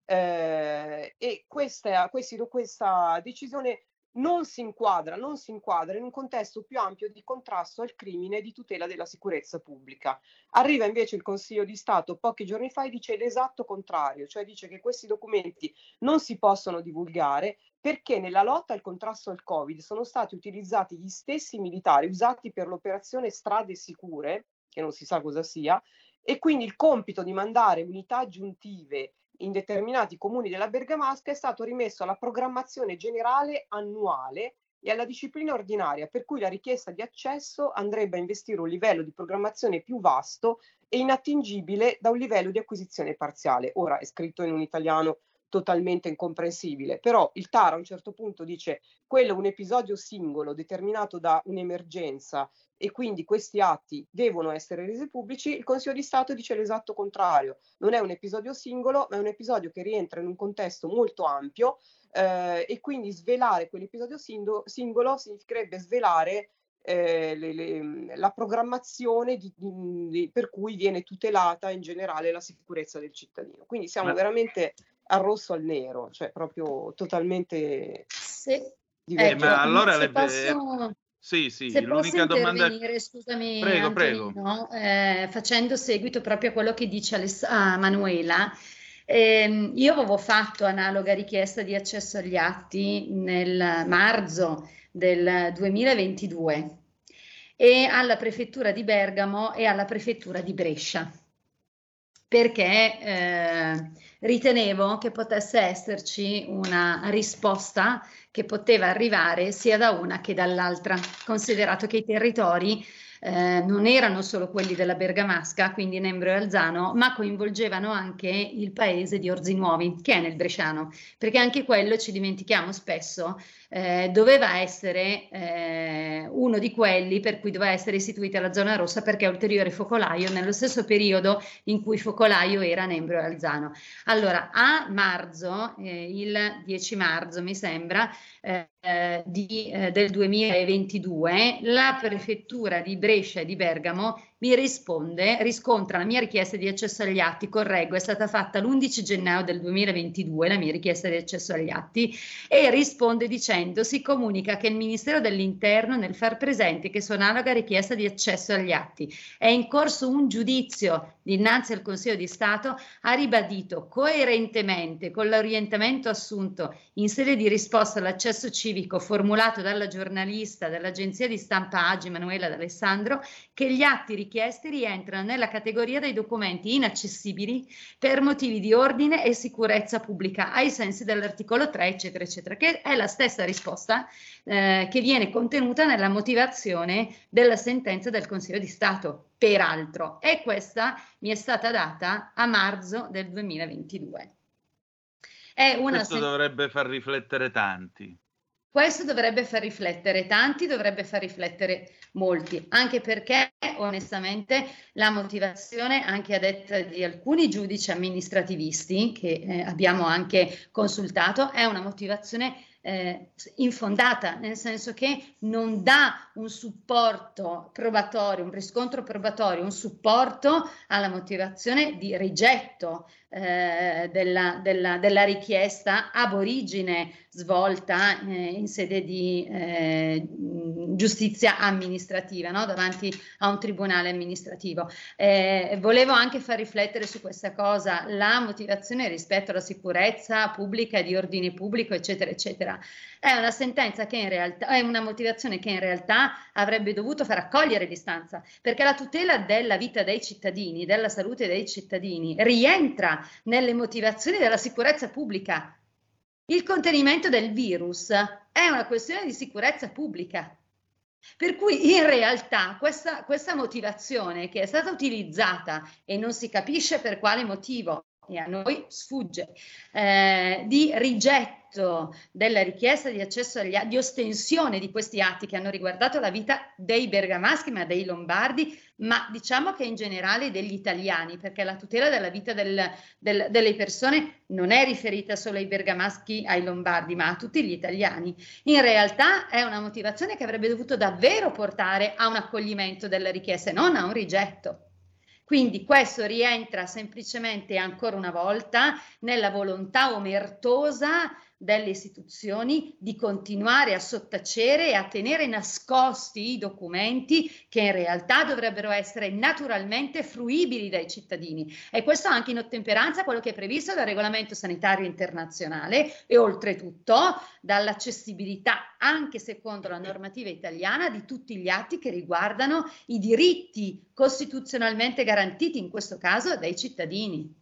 eh, e questa, questi, questa decisione non si inquadra, non si inquadra in un contesto più ampio di contrasto al crimine e di tutela della sicurezza pubblica. Arriva invece il Consiglio di Stato pochi giorni fa e dice l'esatto contrario, cioè dice che questi documenti non si possono divulgare perché nella lotta al contrasto al Covid sono stati utilizzati gli stessi militari usati per l'operazione Strade Sicure, che non si sa cosa sia, e quindi il compito di mandare unità aggiuntive in determinati comuni della Bergamasca è stato rimesso alla programmazione generale annuale e alla disciplina ordinaria, per cui la richiesta di accesso andrebbe a investire un livello di programmazione più vasto e inattingibile da un livello di acquisizione parziale. Ora è scritto in un italiano totalmente incomprensibile, però il T A R a un certo punto dice quello è un episodio singolo determinato da un'emergenza e quindi questi atti devono essere resi pubblici. Il Consiglio di Stato dice l'esatto contrario, non è un episodio singolo, ma è un episodio che rientra in un contesto molto ampio eh, e quindi svelare quell'episodio singolo, singolo significherebbe svelare eh, le, le, la programmazione di, di, di, per cui viene tutelata in generale la sicurezza del cittadino. Quindi siamo ma... veramente al rosso al nero, cioè proprio totalmente se, diverso. Eh, ma allora le... posso... Sì, sì, Se l'unica posso domanda... scusami prego, Antonino, prego. Eh, facendo seguito proprio a quello che dice Aless- ah, Manuela, eh, io avevo fatto analoga richiesta di accesso agli atti nel marzo del duemilaventidue e alla prefettura di Bergamo e alla prefettura di Brescia, perché eh, ritenevo che potesse esserci una risposta che poteva arrivare sia da una che dall'altra, considerato che i territori eh, non erano solo quelli della Bergamasca, quindi Nembro e Alzano, ma coinvolgevano anche il paese di Orzinuovi, che è nel Bresciano, perché anche quello, ci dimentichiamo spesso, eh, doveva essere eh, uno di quelli per cui doveva essere istituita la zona rossa perché è ulteriore focolaio nello stesso periodo in cui focolaio era Nembro e Alzano. Allora, a marzo, eh, il dieci marzo mi sembra, eh, eh, di, eh, del duemilaventidue, la prefettura di Brescia e di Bergamo mi risponde, riscontra la mia richiesta di accesso agli atti, correggo, è stata fatta l'undici gennaio del duemilaventidue, la mia richiesta di accesso agli atti, e risponde dicendo: si comunica che il Ministero dell'Interno, nel far presente che su analoga richiesta di accesso agli atti è in corso un giudizio dinanzi al Consiglio di Stato, ha ribadito coerentemente con l'orientamento assunto in sede di risposta all'accesso civico formulato dalla giornalista dell'agenzia di stampa Agi Manuela D'Alessandro, che gli atti richiesti rientrano nella categoria dei documenti inaccessibili per motivi di ordine e sicurezza pubblica ai sensi dell'articolo tre, eccetera, eccetera, che è la stessa risposta eh, che viene contenuta nella motivazione della sentenza del Consiglio di Stato, peraltro, e questa mi è stata data a marzo del duemilaventidue. È una Questo sen- dovrebbe far riflettere tanti. Questo dovrebbe far riflettere tanti, dovrebbe far riflettere molti, anche perché onestamente la motivazione, anche a detta di alcuni giudici amministrativisti che eh, abbiamo anche consultato, è una motivazione eh, infondata, nel senso che non dà un supporto probatorio, un riscontro probatorio, un supporto alla motivazione di rigetto eh, della, della, della richiesta ab origine svolta eh, in sede di eh, giustizia amministrativa, no? Davanti a un tribunale amministrativo. Eh, volevo anche far riflettere su questa cosa, la motivazione rispetto alla sicurezza pubblica e di ordine pubblico, eccetera, eccetera. È una sentenza che in realtà è una motivazione che in realtà avrebbe dovuto far accogliere l'istanza, perché la tutela della vita dei cittadini, della salute dei cittadini, rientra nelle motivazioni della sicurezza pubblica. Il contenimento del virus è una questione di sicurezza pubblica. Per cui in realtà questa, questa motivazione che è stata utilizzata e non si capisce per quale motivo, e a noi sfugge, eh, di rigetto della richiesta di accesso agli atti, di ostensione di questi atti che hanno riguardato la vita dei bergamaschi, ma dei lombardi, ma diciamo che in generale degli italiani, perché la tutela della vita del, del, delle persone non è riferita solo ai bergamaschi, ai lombardi, ma a tutti gli italiani. In realtà è una motivazione che avrebbe dovuto davvero portare a un accoglimento della richiesta e non a un rigetto. Quindi questo rientra semplicemente ancora una volta nella volontà omertosa delle istituzioni di continuare a sottacere e a tenere nascosti i documenti che in realtà dovrebbero essere naturalmente fruibili dai cittadini, e questo anche in ottemperanza a quello che è previsto dal regolamento sanitario internazionale e oltretutto dall'accessibilità, anche secondo la normativa italiana, di tutti gli atti che riguardano i diritti costituzionalmente garantiti, in questo caso dai cittadini.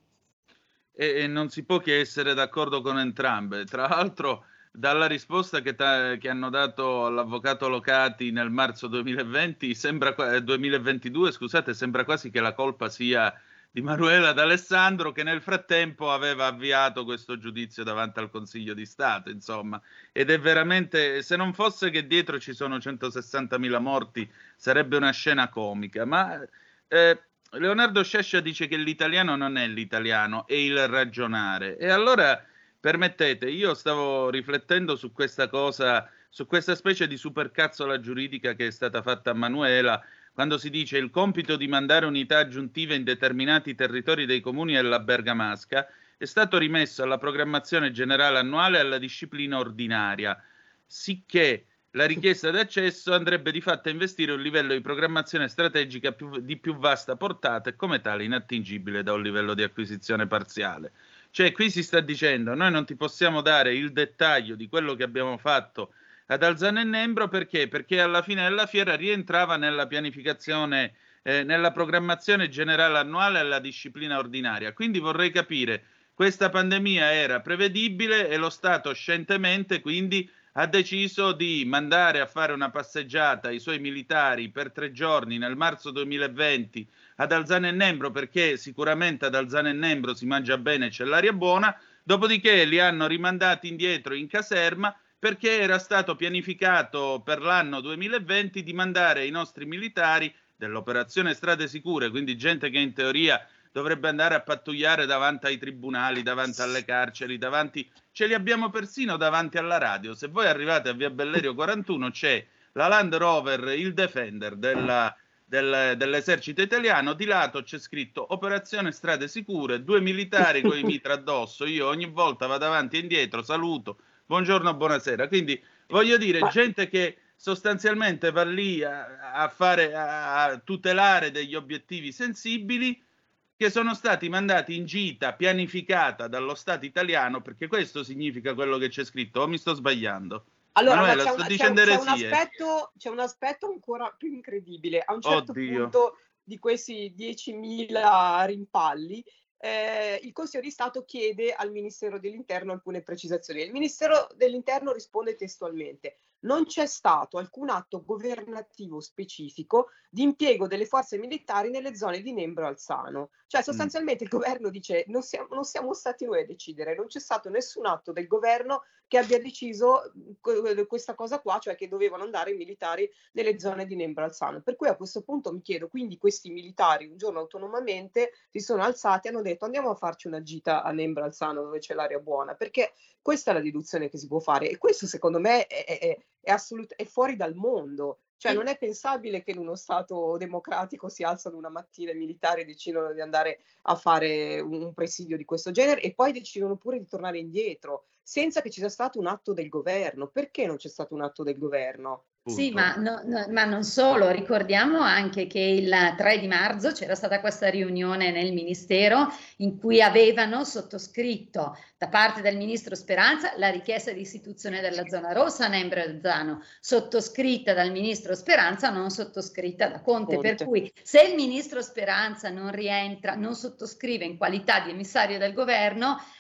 E non si può che essere d'accordo con entrambe. Tra l'altro, dalla risposta che, ta- che hanno dato all'avvocato Locati nel marzo duemilaventi, sembra, duemilaventidue, scusate, sembra quasi che la colpa sia di Manuela D'Alessandro, che nel frattempo aveva avviato questo giudizio davanti al Consiglio di Stato, insomma. Ed è veramente, se non fosse che dietro ci sono centosessantamila morti, sarebbe una scena comica. Ma eh, Leonardo Sciascia dice che l'italiano non è l'italiano, è il ragionare. E allora, permettete, io stavo riflettendo su questa cosa, su questa specie di supercazzola giuridica che è stata fatta a Manuela, quando si dice il compito di mandare unità aggiuntive in determinati territori dei comuni della Bergamasca è stato rimesso alla programmazione generale annuale e alla disciplina ordinaria, sicché la richiesta d'accesso andrebbe di fatto a investire un livello di programmazione strategica più, di più vasta portata e come tale inattingibile da un livello di acquisizione parziale. Cioè qui si sta dicendo noi non ti possiamo dare il dettaglio di quello che abbiamo fatto ad Alzano e Nembro, perché? Perché alla fine della fiera rientrava nella pianificazione, eh, nella programmazione generale annuale e alla disciplina ordinaria. Quindi vorrei capire, questa pandemia era prevedibile e lo Stato scientemente quindi ha deciso di mandare a fare una passeggiata i suoi militari per tre giorni nel marzo duemilaventi ad Alzano e Nembro, perché sicuramente ad Alzano e Nembro si mangia bene e c'è l'aria buona, dopodiché li hanno rimandati indietro in caserma perché era stato pianificato per l'anno duemilaventi di mandare i nostri militari dell'operazione Strade Sicure, quindi gente che in teoria dovrebbe andare a pattugliare davanti ai tribunali, davanti alle carceri, davanti... Ce li abbiamo persino davanti alla radio. Se voi arrivate a via Bellerio quarantuno c'è la Land Rover, il Defender della, del, dell'esercito italiano, di lato c'è scritto Operazione Strade Sicure, due militari con i mitra addosso, io ogni volta vado avanti e indietro, saluto, buongiorno, buonasera. Quindi voglio dire, gente che sostanzialmente va lì a, a, fare, a tutelare degli obiettivi sensibili, che sono stati mandati in gita pianificata dallo Stato italiano, perché questo significa quello che c'è scritto, o mi sto sbagliando? Allora, Manuela, c'è, sto una, dicendo c'è, un, c'è, un eresie. aspetto, c'è un aspetto ancora più incredibile. A un certo Oddio. punto di questi diecimila rimpalli, eh, il Consiglio di Stato chiede al Ministero dell'Interno alcune precisazioni. Il Ministero dell'Interno risponde testualmente: non c'è stato alcun atto governativo specifico di impiego delle forze militari nelle zone di Nembro e Alzano. Cioè sostanzialmente mm. il governo dice non siamo, non siamo stati noi a decidere, non c'è stato nessun atto del governo che abbia deciso questa cosa qua, cioè che dovevano andare i militari nelle zone di Nembro e Alzano. Per cui a questo punto mi chiedo, quindi questi militari un giorno autonomamente si sono alzati e hanno detto andiamo a farci una gita a Nembro e Alzano dove c'è l'aria buona, perché questa è la deduzione che si può fare e questo secondo me è, è, è, assolut- è fuori dal mondo. Cioè non è pensabile che in uno Stato democratico si alzano una mattina i militari e decidono di andare a fare un presidio di questo genere e poi decidono pure di tornare indietro senza che ci sia stato un atto del governo. Perché non c'è stato un atto del governo? Punto. Sì, ma, no, no, ma non solo, ricordiamo anche che il tre di marzo c'era stata questa riunione nel Ministero in cui avevano sottoscritto da parte del Ministro Speranza la richiesta di istituzione della zona rossa a Nembro e Alzano, sottoscritta dal Ministro Speranza, non sottoscritta da Conte, Conte. Per cui se il Ministro Speranza non rientra, non sottoscrive in qualità di emissario del governo,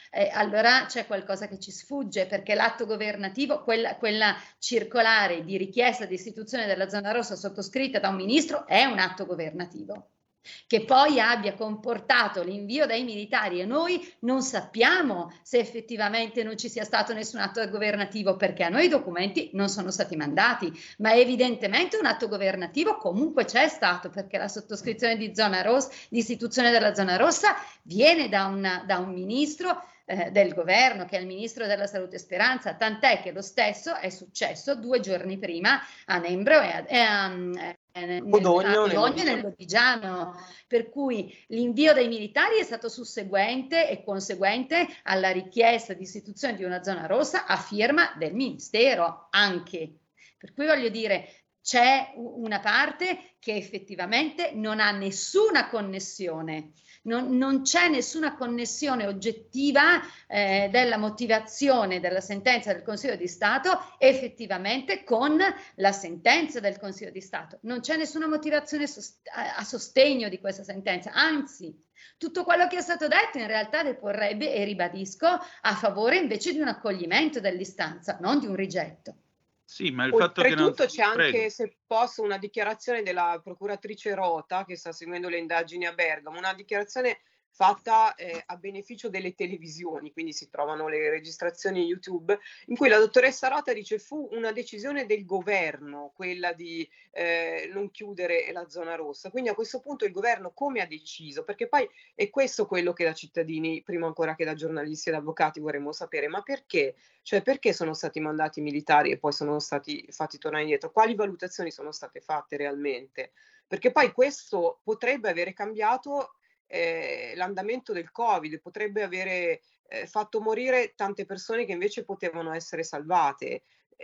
eh, allora c'è qualcosa che ci sfugge, perché l'atto governativo, quella, quella circolare di richiesta di istituzione della zona rossa sottoscritta da un ministro è un atto governativo. Che poi abbia comportato l'invio dei militari, e noi non sappiamo se effettivamente non ci sia stato nessun atto governativo, perché a noi i documenti non sono stati mandati, ma evidentemente un atto governativo comunque c'è stato, perché la sottoscrizione di zona rossa, di istituzione della zona rossa viene da, una, da un ministro eh, del governo, che è il ministro della Salute Speranza, tant'è che lo stesso è successo due giorni prima a Nembro e a, e a nel, Codogno, a Codogno e nel Lodigiano, per cui l'invio dei militari è stato susseguente e conseguente alla richiesta di istituzione di una zona rossa a firma del Ministero anche, per cui voglio dire c'è una parte che effettivamente non ha nessuna connessione. Non, non c'è nessuna connessione oggettiva eh, della motivazione della sentenza del Consiglio di Stato effettivamente con la sentenza del Consiglio di Stato. Non c'è nessuna motivazione sost- a sostegno di questa sentenza, anzi tutto quello che è stato detto in realtà deporrebbe, e ribadisco, a favore invece di un accoglimento dell'istanza, non di un rigetto. Sì, ma il fatto che non... Oltretutto c'è anche, Prego. se posso, una dichiarazione della procuratrice Rota, che sta seguendo le indagini a Bergamo, una dichiarazione fatta eh, a beneficio delle televisioni, quindi si trovano le registrazioni YouTube, in cui la dottoressa Rota dice fu una decisione del governo quella di eh, non chiudere la zona rossa. Quindi a questo punto il governo come ha deciso? Perché poi è questo quello che da cittadini, prima ancora che da giornalisti ed avvocati, vorremmo sapere. Ma perché? Cioè perché sono stati mandati i militari e poi sono stati fatti tornare indietro? Quali valutazioni sono state fatte realmente? Perché poi questo potrebbe avere cambiato Eh, l'andamento del Covid, potrebbe avere eh, fatto morire tante persone che invece potevano essere salvate,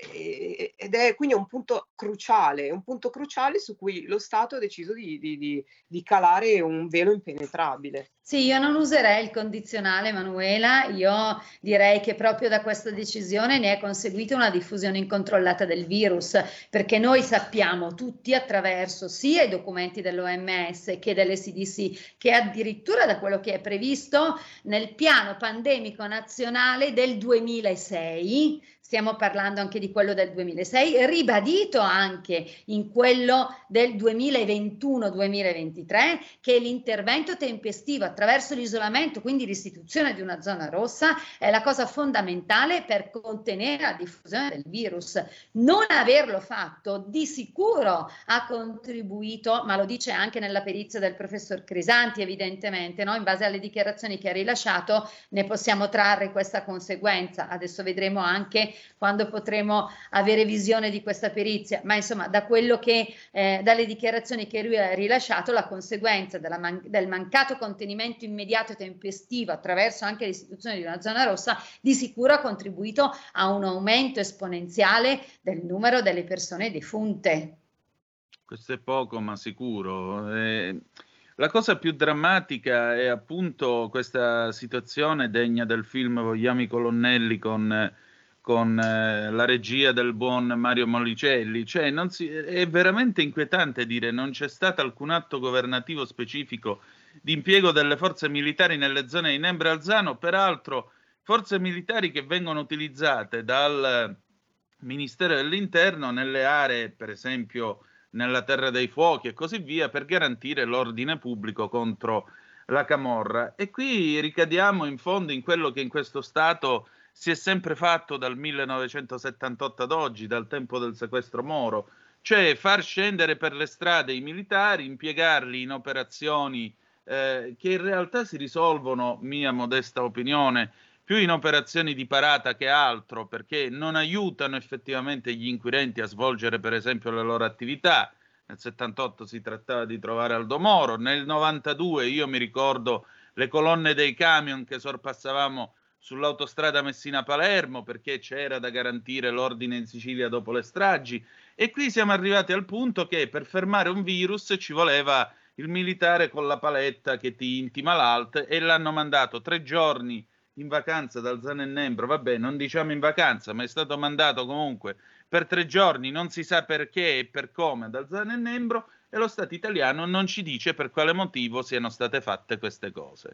e, ed è quindi un punto cruciale, un punto cruciale su cui lo Stato ha deciso di, di, di, di calare un velo impenetrabile. Sì, io non userei il condizionale, Manuela, io direi che proprio da questa decisione ne è conseguita una diffusione incontrollata del virus, perché noi sappiamo tutti attraverso sia i documenti dell'O M S che delle C D C, che addirittura da quello che è previsto nel piano pandemico nazionale del duemilasei, stiamo parlando anche di quello del duemilasei, ribadito anche in quello del duemilaventuno duemilaventitré, che l'intervento tempestivo attraverso l'isolamento, quindi l'istituzione di una zona rossa, è la cosa fondamentale per contenere la diffusione del virus. Non averlo fatto di sicuro ha contribuito, ma lo dice anche nella perizia del professor Crisanti evidentemente, no? In base alle dichiarazioni che ha rilasciato ne possiamo trarre questa conseguenza. Adesso vedremo anche quando potremo avere visione di questa perizia, ma insomma da quello che eh, dalle dichiarazioni che lui ha rilasciato, la conseguenza della man- del mancato contenimento immediato e tempestivo attraverso anche l'istituzione di una zona rossa di sicuro ha contribuito a un aumento esponenziale del numero delle persone defunte. Questo è poco ma sicuro. Eh, la cosa più drammatica è appunto questa situazione degna del film Vogliamo i colonnelli con con eh, la regia del buon Mario Monicelli, cioè non si, è veramente inquietante dire non c'è stato alcun atto governativo specifico di impiego delle forze militari nelle zone di Nembro e Alzano, peraltro forze militari che vengono utilizzate dal Ministero dell'Interno nelle aree, per esempio nella Terra dei Fuochi e così via, per garantire l'ordine pubblico contro la camorra. E qui ricadiamo in fondo in quello che in questo Stato si è sempre fatto dal millenovecentosettantotto ad oggi, dal tempo del sequestro Moro, cioè far scendere per le strade i militari, impiegarli in operazioni eh, che in realtà si risolvono, mia modesta opinione, più in operazioni di parata che altro, perché non aiutano effettivamente gli inquirenti a svolgere per esempio le loro attività. Nel settantotto si trattava di trovare Aldo Moro, nel novantadue io mi ricordo le colonne dei camion che sorpassavamo sull'autostrada Messina-Palermo perché c'era da garantire l'ordine in Sicilia dopo le stragi, e qui siamo arrivati al punto che per fermare un virus ci voleva il militare con la paletta che ti intima l'alt, e l'hanno mandato tre giorni in vacanza da Alzano e Nembro, vabbè non diciamo in vacanza, ma è stato mandato comunque per tre giorni, non si sa perché e per come, ad Alzano e Nembro, e lo Stato italiano non ci dice per quale motivo siano state fatte queste cose.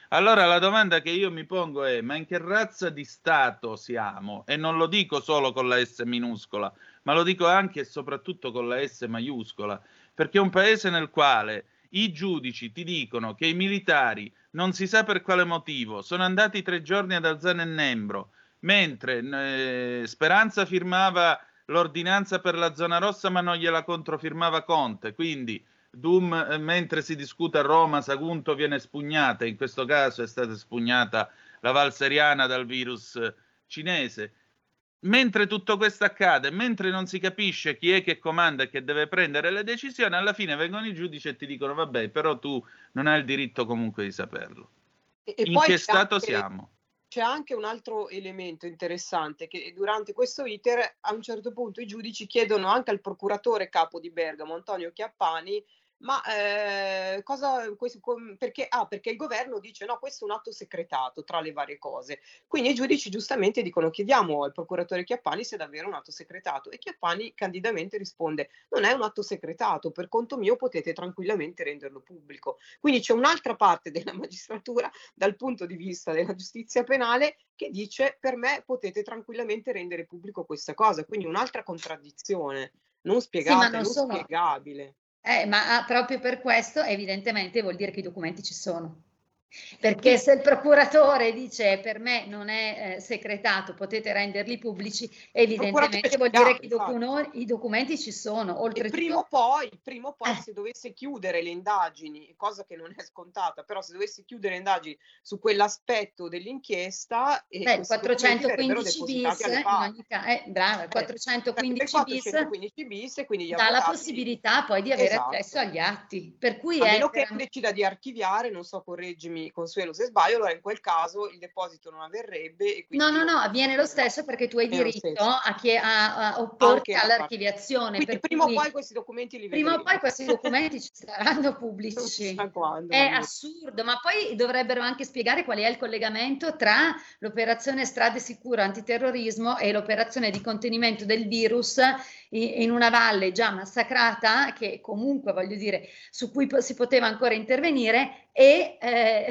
Allora la domanda che io mi pongo è: ma in che razza di Stato siamo? E non lo dico solo con la S minuscola, ma lo dico anche e soprattutto con la S maiuscola, perché è un paese nel quale i giudici ti dicono che i militari, non si sa per quale motivo, sono andati tre giorni ad Alzano e Nembro, mentre eh, Speranza firmava l'ordinanza per la zona rossa ma non gliela controfirmava Conte, quindi Dum, eh, mentre si discute a Roma, Sagunto viene spugnata, in questo caso è stata spugnata la Val Seriana dal virus cinese. Mentre tutto questo accade, mentre non si capisce chi è che comanda e che deve prendere le decisioni, alla fine vengono i giudici e ti dicono vabbè, però tu non hai il diritto comunque di saperlo. E, e In poi che c'è stato anche, siamo? c'è anche un altro elemento interessante, che durante questo iter a un certo punto i giudici chiedono anche al procuratore capo di Bergamo, Antonio Chiappani, ma eh, cosa, questo, com- perché, ah, perché il governo dice no, questo è un atto secretato tra le varie cose. Quindi i giudici giustamente dicono chiediamo al procuratore Chiappani se è davvero un atto secretato, e Chiappani candidamente risponde non è un atto secretato, per conto mio potete tranquillamente renderlo pubblico. Quindi c'è un'altra parte della magistratura dal punto di vista della giustizia penale che dice per me potete tranquillamente rendere pubblico questa cosa, quindi un'altra contraddizione non spiegata, Sì, ma non non sono... spiegabile. Eh, ma ah, proprio per questo evidentemente vuol dire che i documenti ci sono. Perché se il procuratore dice per me non è eh, secretato, potete renderli pubblici, evidentemente vuol dire che i, docu- i documenti ci sono. Oltretutto, e prima o poi, prima o poi eh. se dovesse chiudere le indagini, cosa che non è scontata, però se dovesse chiudere le indagini su quell'aspetto dell'inchiesta, e Beh, quattrocentoquindici bis, in ogni caso, eh, brava, quattrocentoquindici bis bis, e quindi gli dà la avvocati, possibilità poi di avere esatto, accesso agli atti, per cui a è meno che veramente... decida di archiviare, non so, correggimi Consuelo se sbaglio, allora in quel caso il deposito non avverrebbe e quindi no no no avviene lo stesso, perché tu hai diritto a, chi, a, a opporti Anche all'archiviazione, quindi per prima cui o poi questi documenti li prima vedremo. o poi questi documenti ci saranno pubblici. Quando, È assurdo, ma poi dovrebbero anche spiegare qual è il collegamento tra l'operazione Strade Sicure antiterrorismo e l'operazione di contenimento del virus in una valle già massacrata, che comunque voglio dire su cui si poteva ancora intervenire, e eh,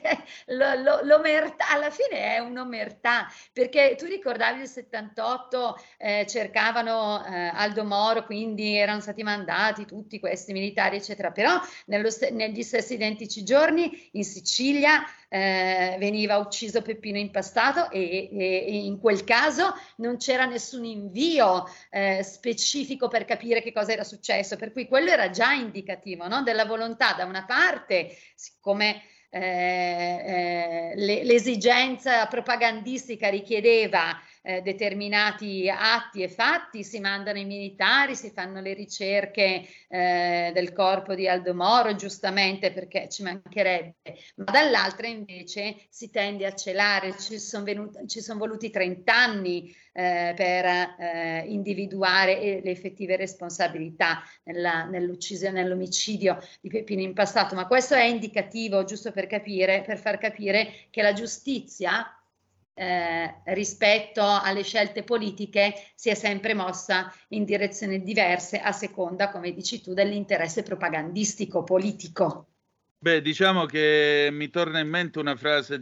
l'omertà, alla fine è un'omertà, perché tu ricordavi il settantotto, eh, cercavano eh, Aldo Moro, quindi erano stati mandati tutti questi militari eccetera, però nello st- negli stessi identici giorni in Sicilia eh, veniva ucciso Peppino Impastato e, e, e in quel caso non c'era nessun invio eh, specifico per capire che cosa era successo, per cui quello era già indicativo, no? Della volontà da una parte, siccome eh, eh, le, l'esigenza propagandistica richiedeva eh, determinati atti e fatti, si mandano i militari, si fanno le ricerche eh, del corpo di Aldo Moro, giustamente, perché ci mancherebbe, ma dall'altra invece si tende a celare, ci sono venuti, ci sono voluti trenta anni eh, per eh, individuare le effettive responsabilità nella, nell'uccisione, nell'omicidio di Peppino Impastato, ma questo è indicativo, giusto per capire, per far capire che la giustizia Eh, rispetto alle scelte politiche si è sempre mossa in direzioni diverse a seconda, come dici tu, dell'interesse propagandistico politico. Beh, diciamo che mi torna in mente una frase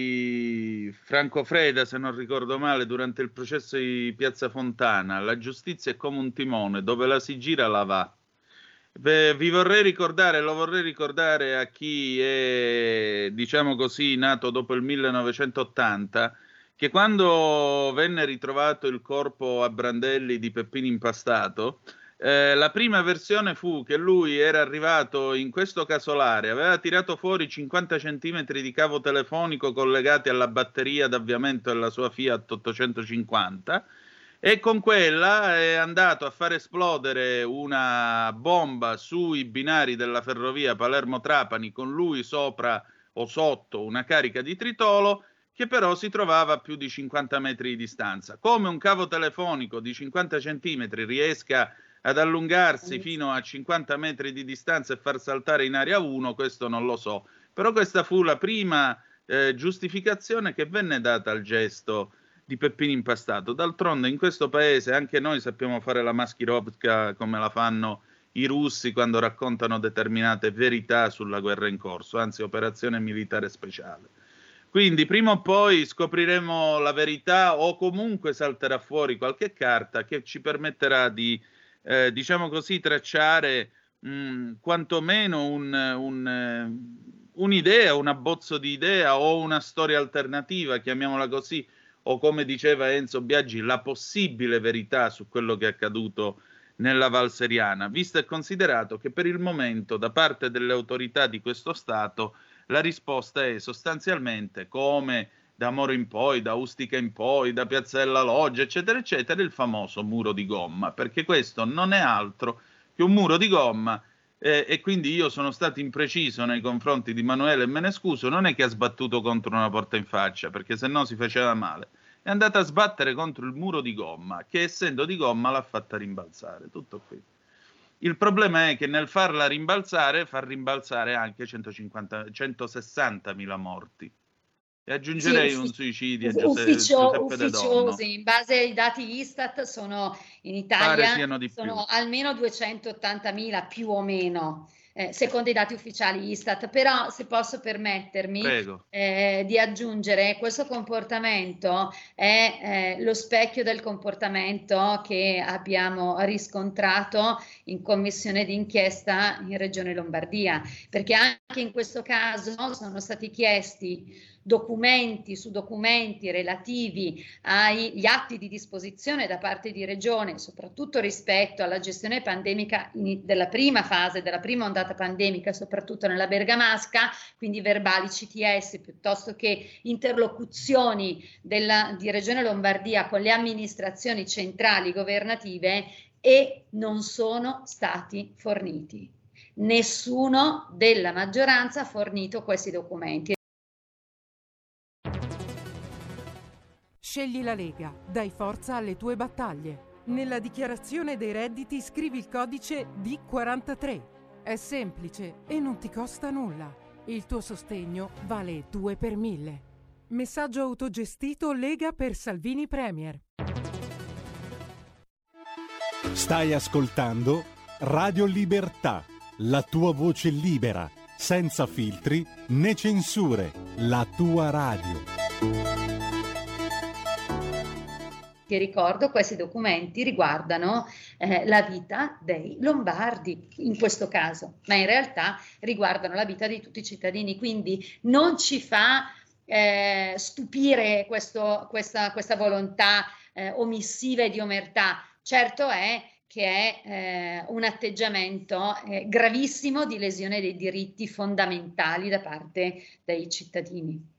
di Franco Freda, se non ricordo male, durante il processo di Piazza Fontana: la giustizia è come un timone, dove la si gira la va. Beh, vi vorrei ricordare, lo vorrei ricordare a chi è, diciamo così, nato dopo il millenovecentottanta, che quando venne ritrovato il corpo a Brandelli di Peppino Impastato, eh, la prima versione fu che lui era arrivato in questo casolare, aveva tirato fuori cinquanta centimetri di cavo telefonico collegati alla batteria d'avviamento della sua Fiat ottocentocinquanta, e con quella è andato a far esplodere una bomba sui binari della ferrovia Palermo-Trapani, con lui sopra o sotto una carica di tritolo, che però si trovava a più di cinquanta metri di distanza. Come un cavo telefonico di cinquanta centimetri riesca ad allungarsi fino a cinquanta metri di distanza e far saltare in aria uno, questo non lo so. Però questa fu la prima eh, giustificazione che venne data al gesto di Peppino Impastato. D'altronde in questo paese anche noi sappiamo fare la maschierovka come la fanno i russi quando raccontano determinate verità sulla guerra in corso, anzi operazione militare speciale. Quindi prima o poi scopriremo la verità o comunque salterà fuori qualche carta che ci permetterà di, eh, diciamo così, tracciare mh, quantomeno un, un, un'idea, un abbozzo di idea o una storia alternativa, chiamiamola così, o come diceva Enzo Biaggi, la possibile verità su quello che è accaduto nella Val Seriana, visto e considerato che per il momento da parte delle autorità di questo Stato la risposta è sostanzialmente come da Moro in poi, da Ustica in poi, da Piazzella Loggia, eccetera, eccetera, il famoso muro di gomma, perché questo non è altro che un muro di gomma eh, e quindi io sono stato impreciso nei confronti di Manuela e me ne scuso, non è che ha sbattuto contro una porta in faccia, perché se no si faceva male, è andata a sbattere contro il muro di gomma, che essendo di gomma l'ha fatta rimbalzare, tutto qui. Il problema è che nel farla rimbalzare, fa rimbalzare anche centocinquanta, centosessantamila morti. E aggiungerei sì, un suicidio a Giuseppe, ufficio, Giuseppe De Donno. Ufficiosi, in base ai dati Istat sono in Italia di sono più. almeno duecentottantamila più o meno. Eh, secondo i dati ufficiali Istat, però se posso permettermi eh, di aggiungere, questo comportamento è eh, lo specchio del comportamento che abbiamo riscontrato in commissione d'inchiesta in Regione Lombardia, perché anche in questo caso sono stati chiesti documenti su documenti relativi agli atti di disposizione da parte di Regione, soprattutto rispetto alla gestione pandemica in, della prima fase, della prima ondata pandemica, soprattutto nella Bergamasca, quindi verbali C T S piuttosto che interlocuzioni della, di Regione Lombardia con le amministrazioni centrali governative, e non sono stati forniti. Nessuno della maggioranza ha fornito questi documenti. Scegli la Lega, dai forza alle tue battaglie. Nella dichiarazione dei redditi scrivi il codice D quarantatré. È semplice e non ti costa nulla. Il tuo sostegno vale due per mille. Messaggio autogestito Lega per Salvini Premier. Stai ascoltando Radio Libertà, la tua voce libera, senza filtri né censure, la tua radio. Che ricordo, questi documenti riguardano eh, la vita dei lombardi in questo caso, ma in realtà riguardano la vita di tutti i cittadini, quindi non ci fa eh, stupire questo, questa, questa volontà eh, omissiva e di omertà. Certo è che è eh, un atteggiamento eh, gravissimo di lesione dei diritti fondamentali da parte dei cittadini.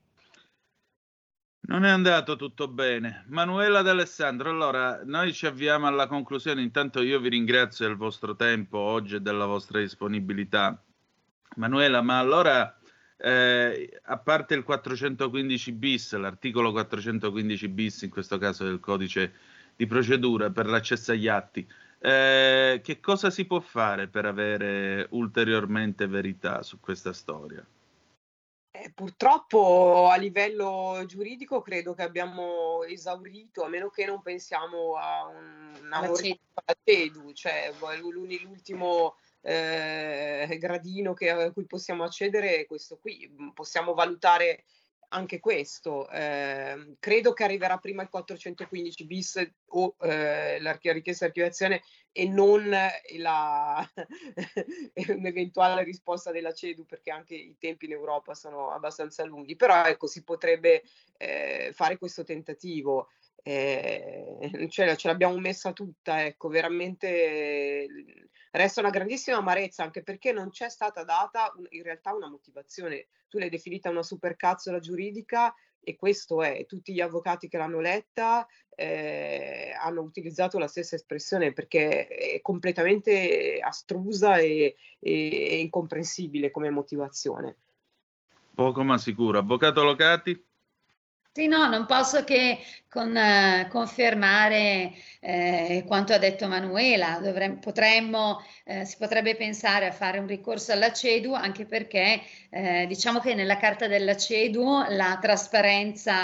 Non è andato tutto bene. Manuela D'Alessandro, allora noi ci avviamo alla conclusione. Intanto io vi ringrazio del vostro tempo oggi e della vostra disponibilità. Manuela, ma allora, eh, a parte il quattrocentoquindici bis, l'articolo quattrocentoquindici bis, in questo caso del codice di procedura per l'accesso agli atti, eh, che cosa si può fare per avere ulteriormente verità su questa storia? Eh, purtroppo a livello giuridico credo che abbiamo esaurito, a meno che non pensiamo a un, una CEDU, cioè l'ultimo eh, gradino che, a cui possiamo accedere è questo qui. Possiamo valutare anche questo. Eh, credo che arriverà prima il quattrocentoquindici bis o eh, la richiesta di archiviazione e non la, un'eventuale risposta della CEDU, perché anche i tempi in Europa sono abbastanza lunghi, però ecco, si potrebbe eh, fare questo tentativo. Eh, cioè, ce l'abbiamo messa tutta, ecco, veramente resta una grandissima amarezza, anche perché non c'è stata data in realtà una motivazione. Tu l'hai definita una supercazzola giuridica e questo è, tutti gli avvocati che l'hanno letta eh, hanno utilizzato la stessa espressione, perché è completamente astrusa e, e, e incomprensibile come motivazione. Poco ma sicuro. Avvocato Locati? Sì, no, non posso che con, eh, confermare eh, quanto ha detto Manuela. Dovremmo, potremmo, eh, si potrebbe pensare a fare un ricorso alla CEDU, anche perché eh, diciamo che nella carta della CEDU la trasparenza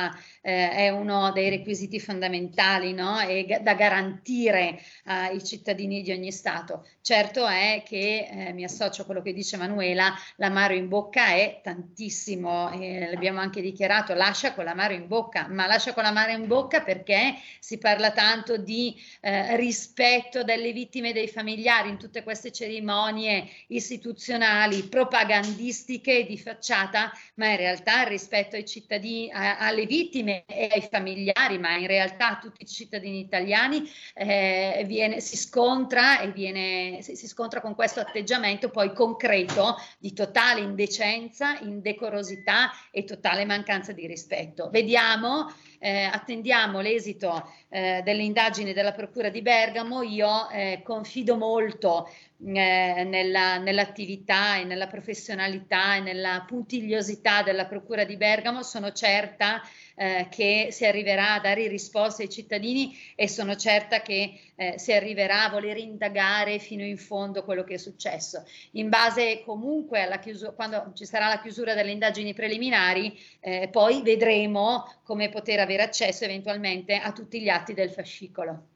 eh, è uno dei requisiti fondamentali, no? E ga- da garantire ai cittadini di ogni Stato. Certo è che, eh, mi associo a quello che dice Manuela, l'amaro in bocca è tantissimo, eh, l'abbiamo anche dichiarato, lascia con l'amaro in bocca, ma lascia con l'amaro in bocca perché si parla tanto di eh, rispetto delle vittime e dei familiari in tutte queste cerimonie istituzionali, propagandistiche di facciata, ma in realtà il rispetto ai cittadini, a, alle vittime e ai familiari, ma in realtà a tutti i cittadini italiani eh, viene, si scontra e viene, si, si scontra con questo atteggiamento poi concreto di totale indecenza, indecorosità e totale mancanza di rispetto. Vediamo, eh, attendiamo l'esito eh, delle indagini della Procura di Bergamo. Io eh, confido molto eh, nella, nell'attività e nella professionalità e nella puntigliosità della Procura di Bergamo. Sono certa eh, che si arriverà a dare risposte ai cittadini e sono certa che eh, si arriverà a voler indagare fino in fondo quello che è successo. In base comunque alla chiusura, quando ci sarà la chiusura delle indagini preliminari, eh, poi vedremo come poter avere accesso eventualmente a tutti gli atti del fascicolo.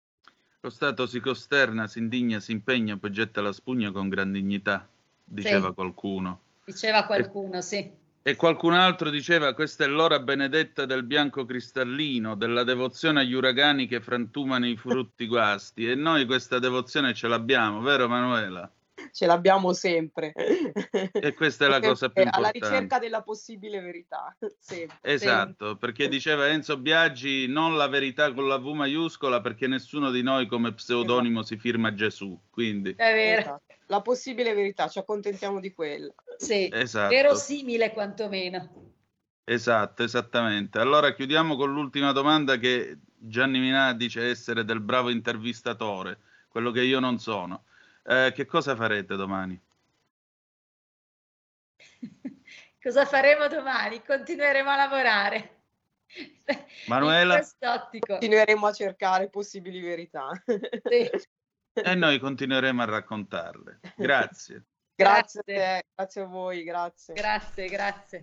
Lo Stato si costerna, si indigna, si impegna, poi getta la spugna con gran dignità, diceva Sì. qualcuno. Diceva qualcuno, e, sì. E qualcun altro diceva: questa è l'ora benedetta del bianco cristallino, della devozione agli uragani che frantumano i frutti guasti. E noi questa devozione ce l'abbiamo, vero Manuela? Ce l'abbiamo sempre. E questa è la cosa più alla importante. ricerca della possibile verità. Sempre. Esatto, Sempre. perché diceva Enzo Biagi, non la verità con la V maiuscola, perché nessuno di noi come pseudonimo Esatto. si firma Gesù, quindi È vero. Esatto. La possibile verità, ci accontentiamo di quella. Sì, esatto. verosimile quantomeno. Esatto, esattamente. Allora chiudiamo con l'ultima domanda che Gianni Minà dice essere del bravo intervistatore, quello che io non sono. Eh, che cosa farete domani? Cosa faremo domani? Continueremo a lavorare. Manuela? In quest'ottico. Continueremo a cercare possibili verità. Sì. E noi continueremo a raccontarle. Grazie. Grazie, Grazie. a te, grazie a voi, grazie. Grazie, grazie.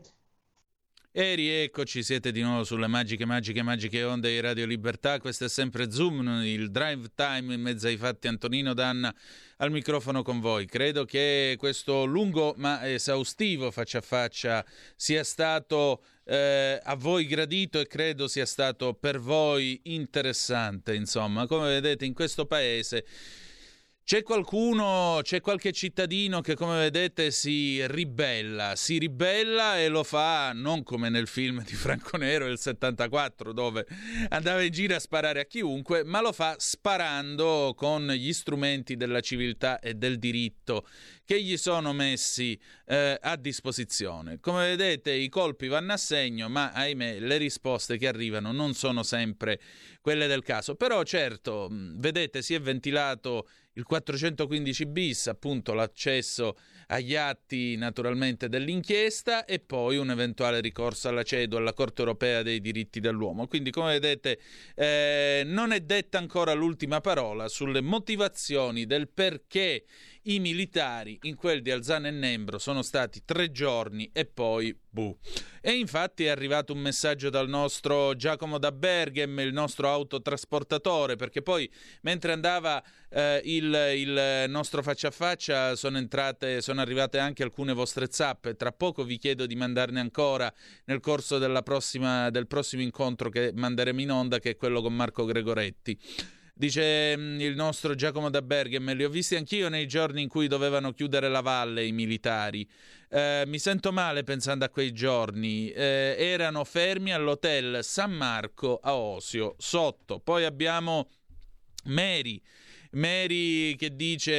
E rieccoci, siete di nuovo sulle magiche, magiche, magiche onde di Radio Libertà. Questo è sempre Zoom, il drive time in mezzo ai fatti. Antonino Danna al microfono con voi. Credo che questo lungo ma esaustivo faccia a faccia sia stato eh, a voi gradito e credo sia stato per voi interessante. Insomma, come vedete in questo paese c'è qualcuno, c'è qualche cittadino che, come vedete, si ribella, si ribella e lo fa non come nel film di Franco Nero del settantaquattro, dove andava in giro a sparare a chiunque, ma lo fa sparando con gli strumenti della civiltà e del diritto che gli sono messi eh, a disposizione. Come vedete, i colpi vanno a segno, ma ahimè le risposte che arrivano non sono sempre quelle del caso. Però certo, vedete, si è ventilato il quattrocentoquindici bis, appunto l'accesso agli atti naturalmente dell'inchiesta e poi un eventuale ricorso alla CEDU, alla Corte Europea dei Diritti dell'Uomo. Quindi, come vedete, eh, non è detta ancora l'ultima parola sulle motivazioni del perché i militari in quel di Alzano e Nembro sono stati tre giorni e poi buh. E infatti è arrivato un messaggio dal nostro Giacomo da Berghem, il nostro autotrasportatore, perché poi mentre andava eh, il, il nostro faccia a faccia sono entrate, sono arrivate anche alcune vostre zappe. Tra poco vi chiedo di mandarne ancora nel corso della prossima, del prossimo incontro che manderemo in onda, che è quello con Marco Gregoretti. Dice il nostro Giacomo da Berghem: li ho visti anch'io nei giorni in cui dovevano chiudere la valle i militari. Eh, mi sento male pensando a quei giorni. Eh, erano fermi all'hotel San Marco a Osio, sotto. Poi abbiamo Mary. Mary che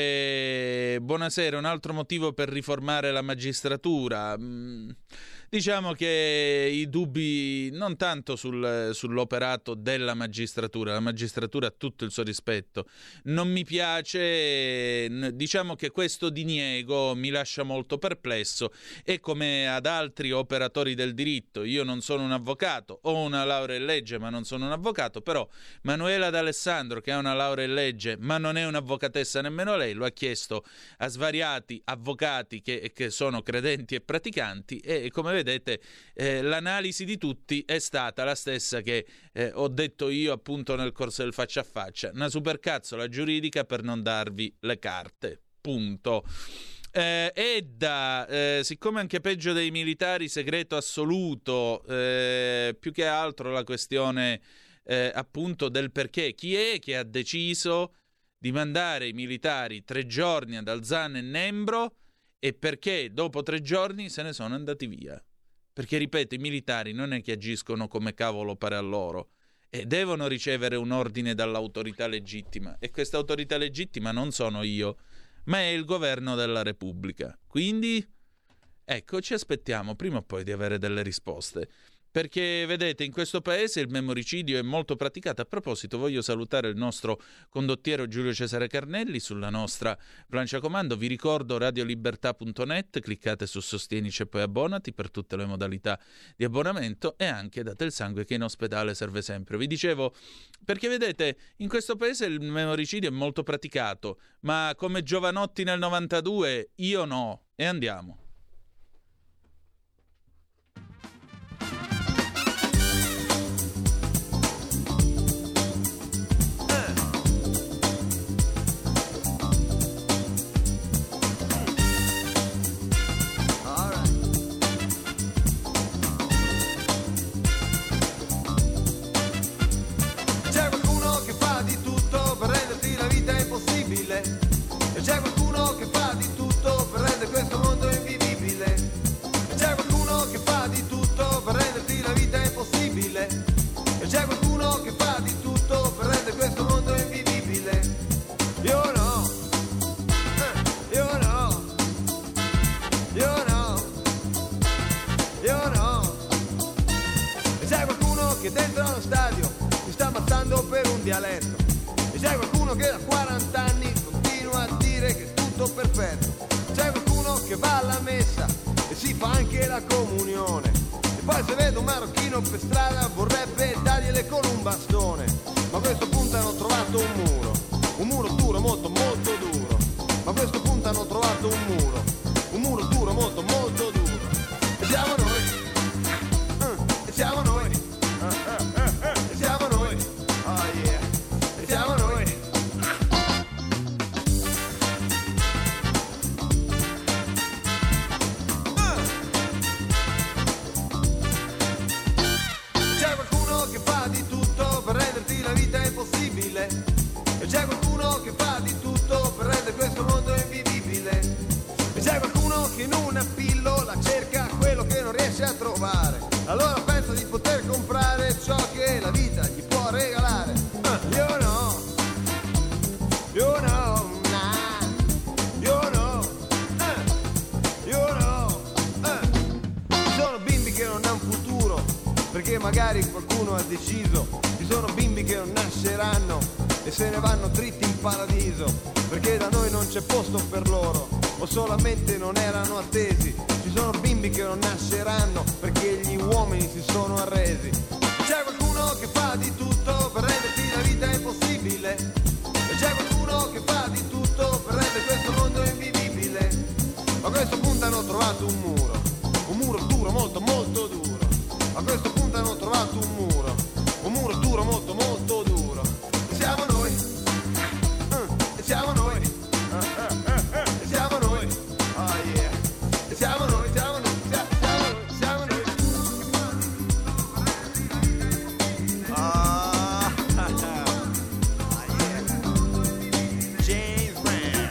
dice: buonasera, un altro motivo per riformare la magistratura. Mm. Diciamo che i dubbi non tanto sul, sull'operato della magistratura, la magistratura ha tutto il suo rispetto, non mi piace, diciamo che questo diniego mi lascia molto perplesso e come ad altri operatori del diritto. Io non sono un avvocato, ho una laurea in legge ma non sono un avvocato, però Manuela D'Alessandro, che ha una laurea in legge ma non è un'avvocatessa nemmeno lei, lo ha chiesto a svariati avvocati che, che sono credenti e praticanti e come vedete, eh, l'analisi di tutti è stata la stessa che eh, ho detto io appunto nel corso del faccia a faccia, una supercazzola giuridica per non darvi le carte, punto. Eh, Edda, eh, siccome anche peggio dei militari, segreto assoluto, eh, più che altro la questione eh, appunto del perché, chi è che ha deciso di mandare i militari tre giorni ad Alzano e Nembro e perché dopo tre giorni se ne sono andati via. Perché, ripeto, i militari non è che agiscono come cavolo pare a loro e devono ricevere un ordine dall'autorità legittima, e questa autorità legittima non sono io, ma è il governo della Repubblica. Quindi, ecco, ci aspettiamo prima o poi di avere delle risposte. Perché, vedete, in questo paese il memoricidio è molto praticato. A proposito, voglio salutare il nostro condottiero Giulio Cesare Carnelli sulla nostra plancia comando. Vi ricordo radiolibertà punto net, cliccate su Sostienici e poi abbonati per tutte le modalità di abbonamento, e anche date il sangue che in ospedale serve sempre. Vi dicevo, perché vedete, in questo paese il memoricidio è molto praticato, ma come Giovanotti nel novantadue io no. E andiamo. E c'è qualcuno che fa di tutto per rendere questo mondo invivibile. E c'è qualcuno che fa di tutto per renderti la vita impossibile. E c'è qualcuno che fa di tutto per rendere questo mondo invivibile. Io no, eh, io no, io no, io no. E c'è qualcuno che dentro allo stadio si sta ammazzando per un dialetto. E c'è qualcuno che da quaranta anni continua a dire che è tutto perfetto. C'è qualcuno che va alla messa e si fa anche la comunione. E poi se vede un marocchino per strada vorrebbe dargliele con un bastone. Ma a questo punto hanno trovato un muro, un muro duro, molto molto duro. Ma a questo punto hanno trovato un muro, un muro duro, molto molto duro. E siamo noi, uh, e siamo noi, uh, uh, uh, uh, e siamo noi, oh yeah, e siamo noi. E c'è qualcuno che fa di tutto per rendere questo mondo invivibile. E c'è qualcuno che in una pillola cerca quello che non riesce a trovare. Allora pensa di poter comprare ciò che la vita gli può regalare. uh, Io no, io no, nah, io no, uh, io no, uh. Ci sono bimbi che non hanno futuro perché magari qualcuno ha deciso. Ci sono bimbi che non nasceranno e se ne vanno dritti in paradiso, perché da noi non c'è posto per loro, o solamente non erano attesi. Ci sono bimbi che non nasceranno perché gli uomini si sono arresi. C'è qualcuno che fa di tutto per renderti la vita impossibile. E c'è qualcuno che fa di tutto per rendere questo mondo invivibile. A questo punto hanno trovato un muro, un muro duro, molto molto duro. A questo punto hanno trovato un muro, un muro duro, molto molto duro. E siamo noi, uh, e siamo noi, uh, uh, uh, uh, e siamo noi, oh yeah, e siamo noi, siamo noi, siamo noi, siamo noi. Ah, oh yeah, James Brown.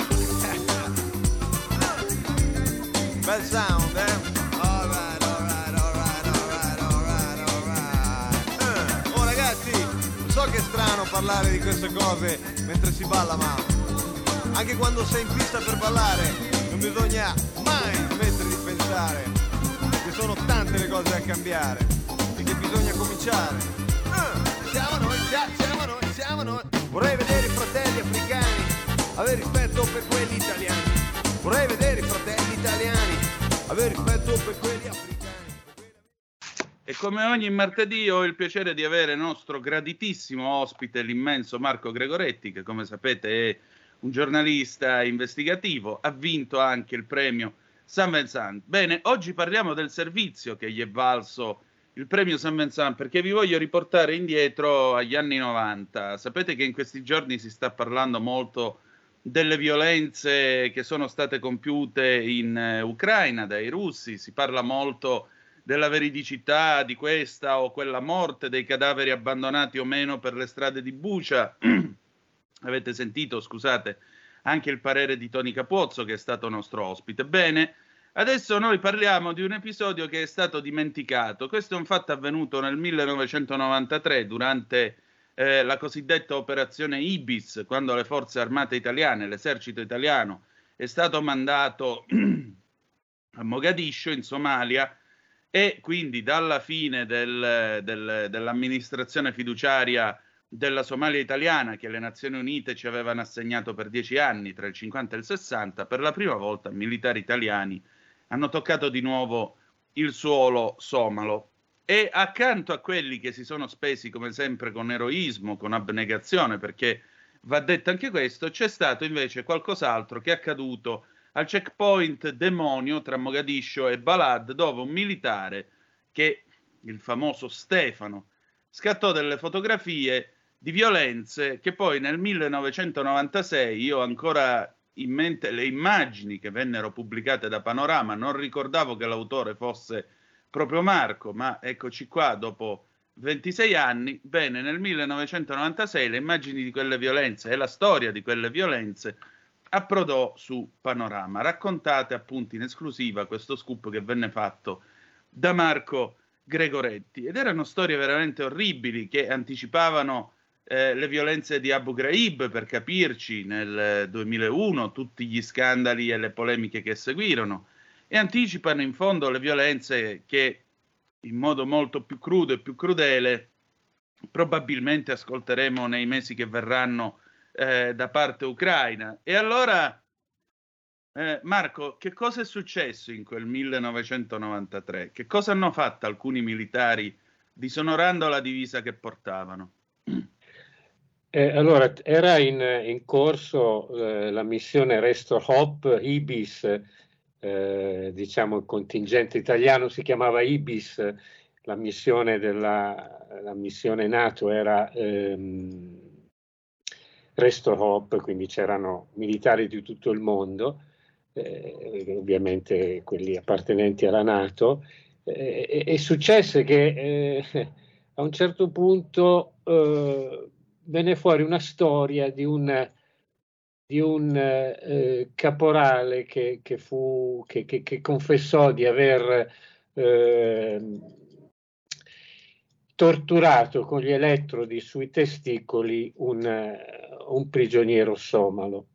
Bel sound, eh? All right, all right, all right, all right, all right, all right. Uh, oh ragazzi, so che è strano parlare di queste cose mentre si balla, ma anche quando sei in pista per ballare non bisogna mai smettere di pensare che sono tante le cose da cambiare e che bisogna cominciare. Uh, siamo noi, siamo noi, siamo noi. Vorrei vedere i fratelli africani avere rispetto per quelli italiani. Vorrei vedere i fratelli italiani avere rispetto per quelli africani. E come ogni martedì ho il piacere di avere il nostro graditissimo ospite, l'immenso Marco Gregoretti, che come sapete è un giornalista investigativo, ha vinto anche il premio Saint Vincent. Bene, oggi parliamo del servizio che gli è valso il premio Saint Vincent, perché vi voglio riportare indietro agli anni novanta. Sapete che in questi giorni si sta parlando molto delle violenze che sono state compiute in eh, Ucraina dai russi, si parla molto della veridicità di questa o quella morte, dei cadaveri abbandonati o meno per le strade di Bucha. Avete sentito, scusate, anche il parere di Tony Capozzo, che è stato nostro ospite. Bene, adesso noi parliamo di un episodio che è stato dimenticato. Questo è un fatto avvenuto nel millenovecentonovantatré durante eh, la cosiddetta operazione Ibis, quando le forze armate italiane, l'esercito italiano, è stato mandato a Mogadiscio, in Somalia, e quindi dalla fine del, del, dell'amministrazione fiduciaria della Somalia italiana, che le Nazioni Unite ci avevano assegnato per dieci anni, tra il cinquanta e il sessanta, per la prima volta militari italiani hanno toccato di nuovo il suolo somalo. E accanto a quelli che si sono spesi, come sempre, con eroismo, con abnegazione, perché va detto anche questo, c'è stato invece qualcos'altro che è accaduto al checkpoint Demonio tra Mogadiscio e Balad, dove un militare, che il famoso Stefano, scattò delle fotografie di violenze che poi nel millenovecentonovantasei, io ho ancora in mente le immagini che vennero pubblicate da Panorama, non ricordavo che l'autore fosse proprio Marco, ma eccoci qua dopo ventisei anni. Bene, nel millenovecentonovantasei le immagini di quelle violenze e la storia di quelle violenze approdò su Panorama, raccontate appunto in esclusiva, questo scoop che venne fatto da Marco Gregoretti, ed erano storie veramente orribili che anticipavano eh, le violenze di Abu Ghraib, per capirci, nel duemilauno, tutti gli scandali e le polemiche che seguirono, e anticipano in fondo le violenze che in modo molto più crudo e più crudele probabilmente ascolteremo nei mesi che verranno eh, da parte ucraina. E allora Eh, Marco, che cosa è successo in quel millenovecentonovantatré? Che cosa hanno fatto alcuni militari disonorando la divisa che portavano? Eh, allora, era in, in corso eh, la missione Restore Hope, Ibis, eh, diciamo il contingente italiano si chiamava Ibis, la missione della la missione NATO era ehm, Restore Hope, quindi c'erano militari di tutto il mondo. Eh, ovviamente quelli appartenenti alla NATO, eh, e successe che eh, a un certo punto eh, venne fuori una storia di un, di un eh, caporale che, che, fu, che, che, che confessò di aver eh, torturato con gli elettrodi sui testicoli un, un prigioniero somalo.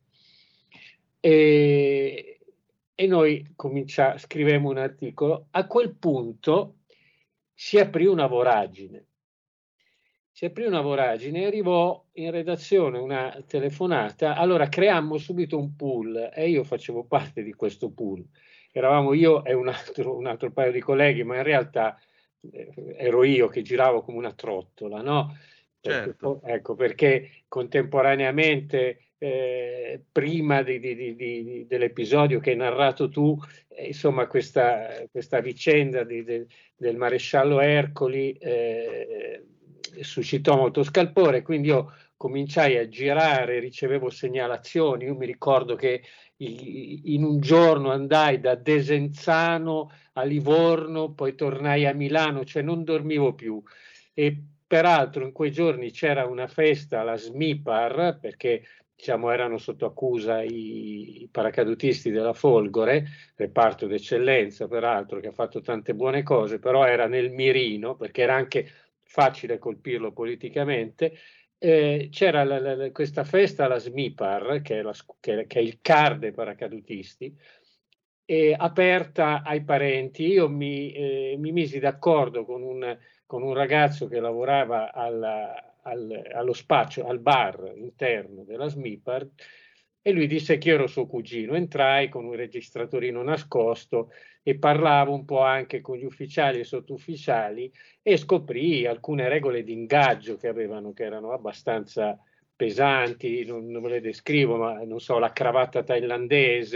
E, e noi comincia, scrivemmo un articolo. A quel punto si aprì una voragine. Si aprì una voragine e arrivò in redazione una telefonata. Allora creammo subito un pool e io facevo parte di questo pool. Eravamo io e un altro, un altro paio di colleghi, ma in realtà eh, ero io che giravo come una trottola, no? Certo. Perché, ecco, perché contemporaneamente Eh, prima di, di, di, di, dell'episodio che hai narrato tu, eh, insomma questa, questa vicenda di, de, del maresciallo Ercoli eh, suscitò molto scalpore, quindi io cominciai a girare, ricevevo segnalazioni. Io mi ricordo che in un giorno andai da Desenzano a Livorno, poi tornai a Milano, cioè non dormivo più. E peraltro in quei giorni c'era una festa alla SMIPAR, perché diciamo erano sotto accusa i, i paracadutisti della Folgore, reparto d'eccellenza peraltro che ha fatto tante buone cose, però era nel mirino perché era anche facile colpirlo politicamente. Eh, c'era la, la, questa festa alla SMIPAR, che è, la, che, che è il C A R dei paracadutisti, e aperta ai parenti. Io mi, eh, mi misi d'accordo con un, con un ragazzo che lavorava alla Al, allo spazio, al bar interno della SMIPAR, e lui disse che io ero suo cugino. Entrai con un registratorino nascosto e parlavo un po' anche con gli ufficiali e sottufficiali e scoprì alcune regole di ingaggio che avevano, che erano abbastanza pesanti. Non, non ve le descrivo, ma non so, la cravatta thailandese,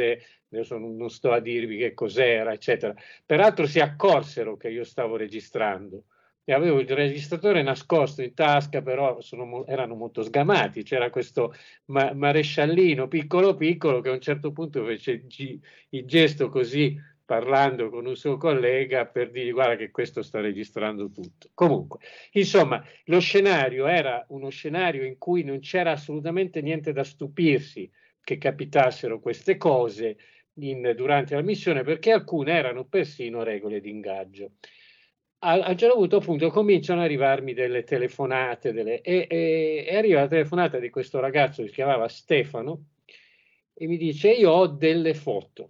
adesso non, non sto a dirvi che cos'era, eccetera. Peraltro si accorsero che io stavo registrando e avevo il registratore nascosto in tasca, però sono, erano molto sgamati. C'era questo ma, maresciallino piccolo piccolo che a un certo punto fece il, il gesto così, parlando con un suo collega, per dirgli guarda che questo sta registrando tutto. Comunque, insomma, lo scenario era uno scenario in cui non c'era assolutamente niente da stupirsi che capitassero queste cose in, durante la missione, perché alcune erano persino regole di ingaggio. A, a un certo punto appunto cominciano ad arrivarmi delle telefonate delle, e, e, e arriva la telefonata di questo ragazzo che si chiamava Stefano e mi dice io ho delle foto.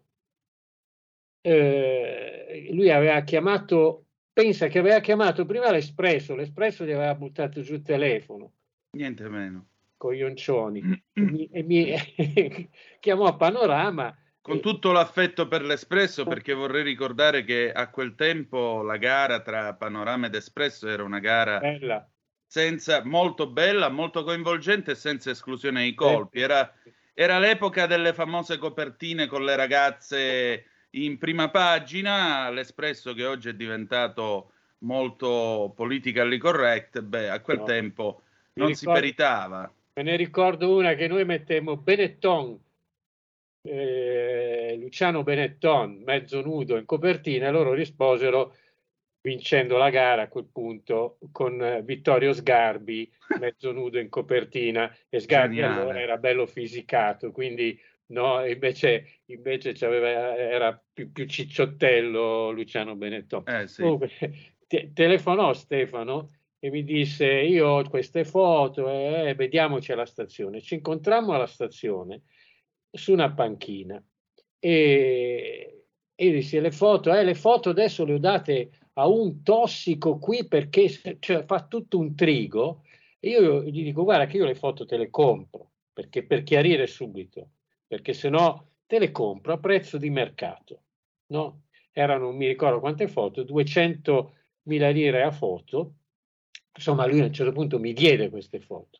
Eh, lui aveva chiamato, pensa che aveva chiamato prima l'Espresso, l'Espresso gli aveva buttato giù il telefono. Niente meno. Coglioncioni. e mi, e mi chiamò a Panorama. Con tutto l'affetto per l'Espresso, perché vorrei ricordare che a quel tempo la gara tra Panorama ed Espresso era una gara bella. Senza, molto bella, molto coinvolgente e senza esclusione ai colpi. Era, era l'epoca delle famose copertine con le ragazze in prima pagina. L'Espresso, che oggi è diventato molto politically correct, beh, a quel no. tempo non ricordo, si peritava. Me ne ricordo una che noi mettemmo Benetton, eh, Luciano Benetton, mezzo nudo in copertina, e loro risposero vincendo la gara a quel punto con eh, Vittorio Sgarbi, mezzo nudo in copertina, e Sgarbi Geniale. Allora era bello fisicato, quindi no, invece, invece c'aveva, era più, più cicciottello Luciano Benetton. Eh, sì. Comunque, te, telefonò Stefano e mi disse io ho queste foto e eh, vediamoci alla stazione. Ci incontrammo alla stazione su una panchina e, e io dissi le foto, eh, le foto adesso le ho date a un tossico qui perché cioè, fa tutto un trigo. E io gli dico guarda che io le foto te le compro, perché per chiarire subito, perché se no te le compro a prezzo di mercato, no? Erano, non mi ricordo quante foto, duecentomila lire a foto. Insomma, lui a un certo punto mi diede queste foto.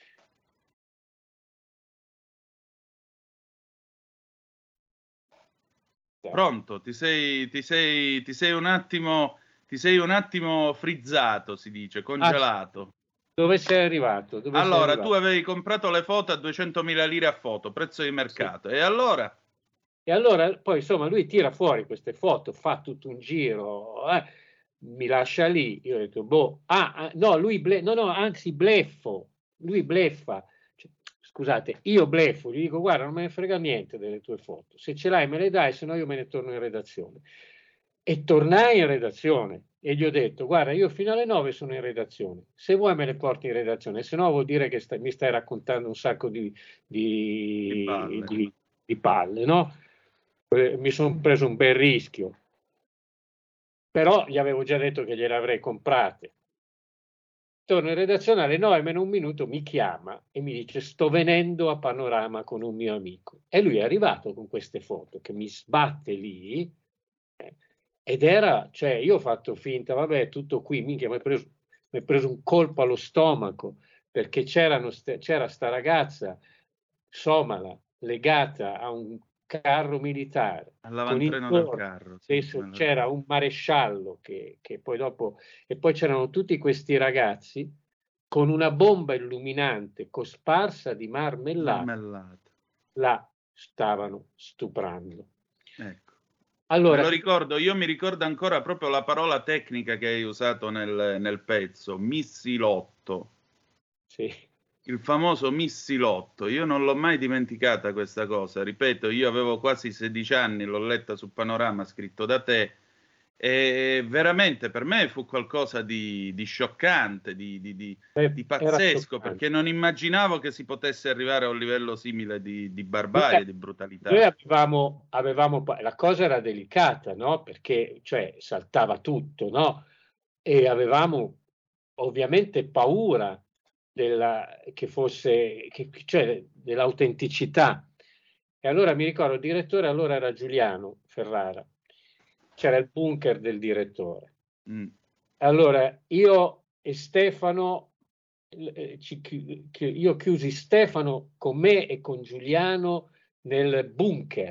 Pronto, ti sei, ti sei, ti sei un attimo, ti sei un attimo frizzato, si dice, congelato. Ah, dove sei arrivato? Dove allora, sei arrivato? Tu avevi comprato le foto a duecentomila lire a foto, prezzo di mercato, sì. E allora? E allora, poi insomma, lui tira fuori queste foto, fa tutto un giro, eh, mi lascia lì, io ho detto, boh, ah, no, lui, ble- no, no, anzi, bleffo, lui bleffa. Scusate, io bleffo, gli dico guarda non me ne frega niente delle tue foto, se ce l'hai me le dai, se no io me ne torno in redazione. E tornai in redazione e gli ho detto guarda io fino alle nove sono in redazione, se vuoi me le porti in redazione, se no vuol dire che stai, mi stai raccontando un sacco di, di, di, palle. di, di palle, no? Mi sono preso un bel rischio, però gli avevo già detto che gliele avrei comprate. Torno in redazione alle nove meno un minuto, mi chiama e mi dice sto venendo a Panorama con un mio amico. E lui è arrivato con queste foto che mi sbatte lì eh, ed era, cioè io ho fatto finta, vabbè tutto qui, minchia mi ha preso, preso un colpo allo stomaco perché c'erano, c'era sta ragazza somala legata a un carro militare all'avantreno del carro sì, c'era un maresciallo che, che poi dopo e poi c'erano tutti questi ragazzi con una bomba illuminante cosparsa di marmellata, marmellata. La stavano stuprando. Ecco. Allora, me lo ricordo, io mi ricordo ancora proprio la parola tecnica che hai usato nel, nel pezzo, missilotto. Sì. Il famoso missilotto, io non l'ho mai dimenticata questa cosa, ripeto, io avevo quasi sedici anni, l'ho letta su Panorama, scritto da te, e veramente per me fu qualcosa di, di scioccante, di, di, di, eh, di pazzesco, perché non immaginavo che si potesse arrivare a un livello simile di, di barbarie, noi, di brutalità. Noi avevamo, avevamo, la cosa era delicata, no? Perché cioè, saltava tutto, no? E avevamo ovviamente paura della, che fosse, che, cioè dell'autenticità. E allora mi ricordo, il direttore allora era Giuliano Ferrara, c'era il bunker del direttore. Mm. Allora io e Stefano, eh, ci, io chiusi Stefano con me e con Giuliano nel bunker,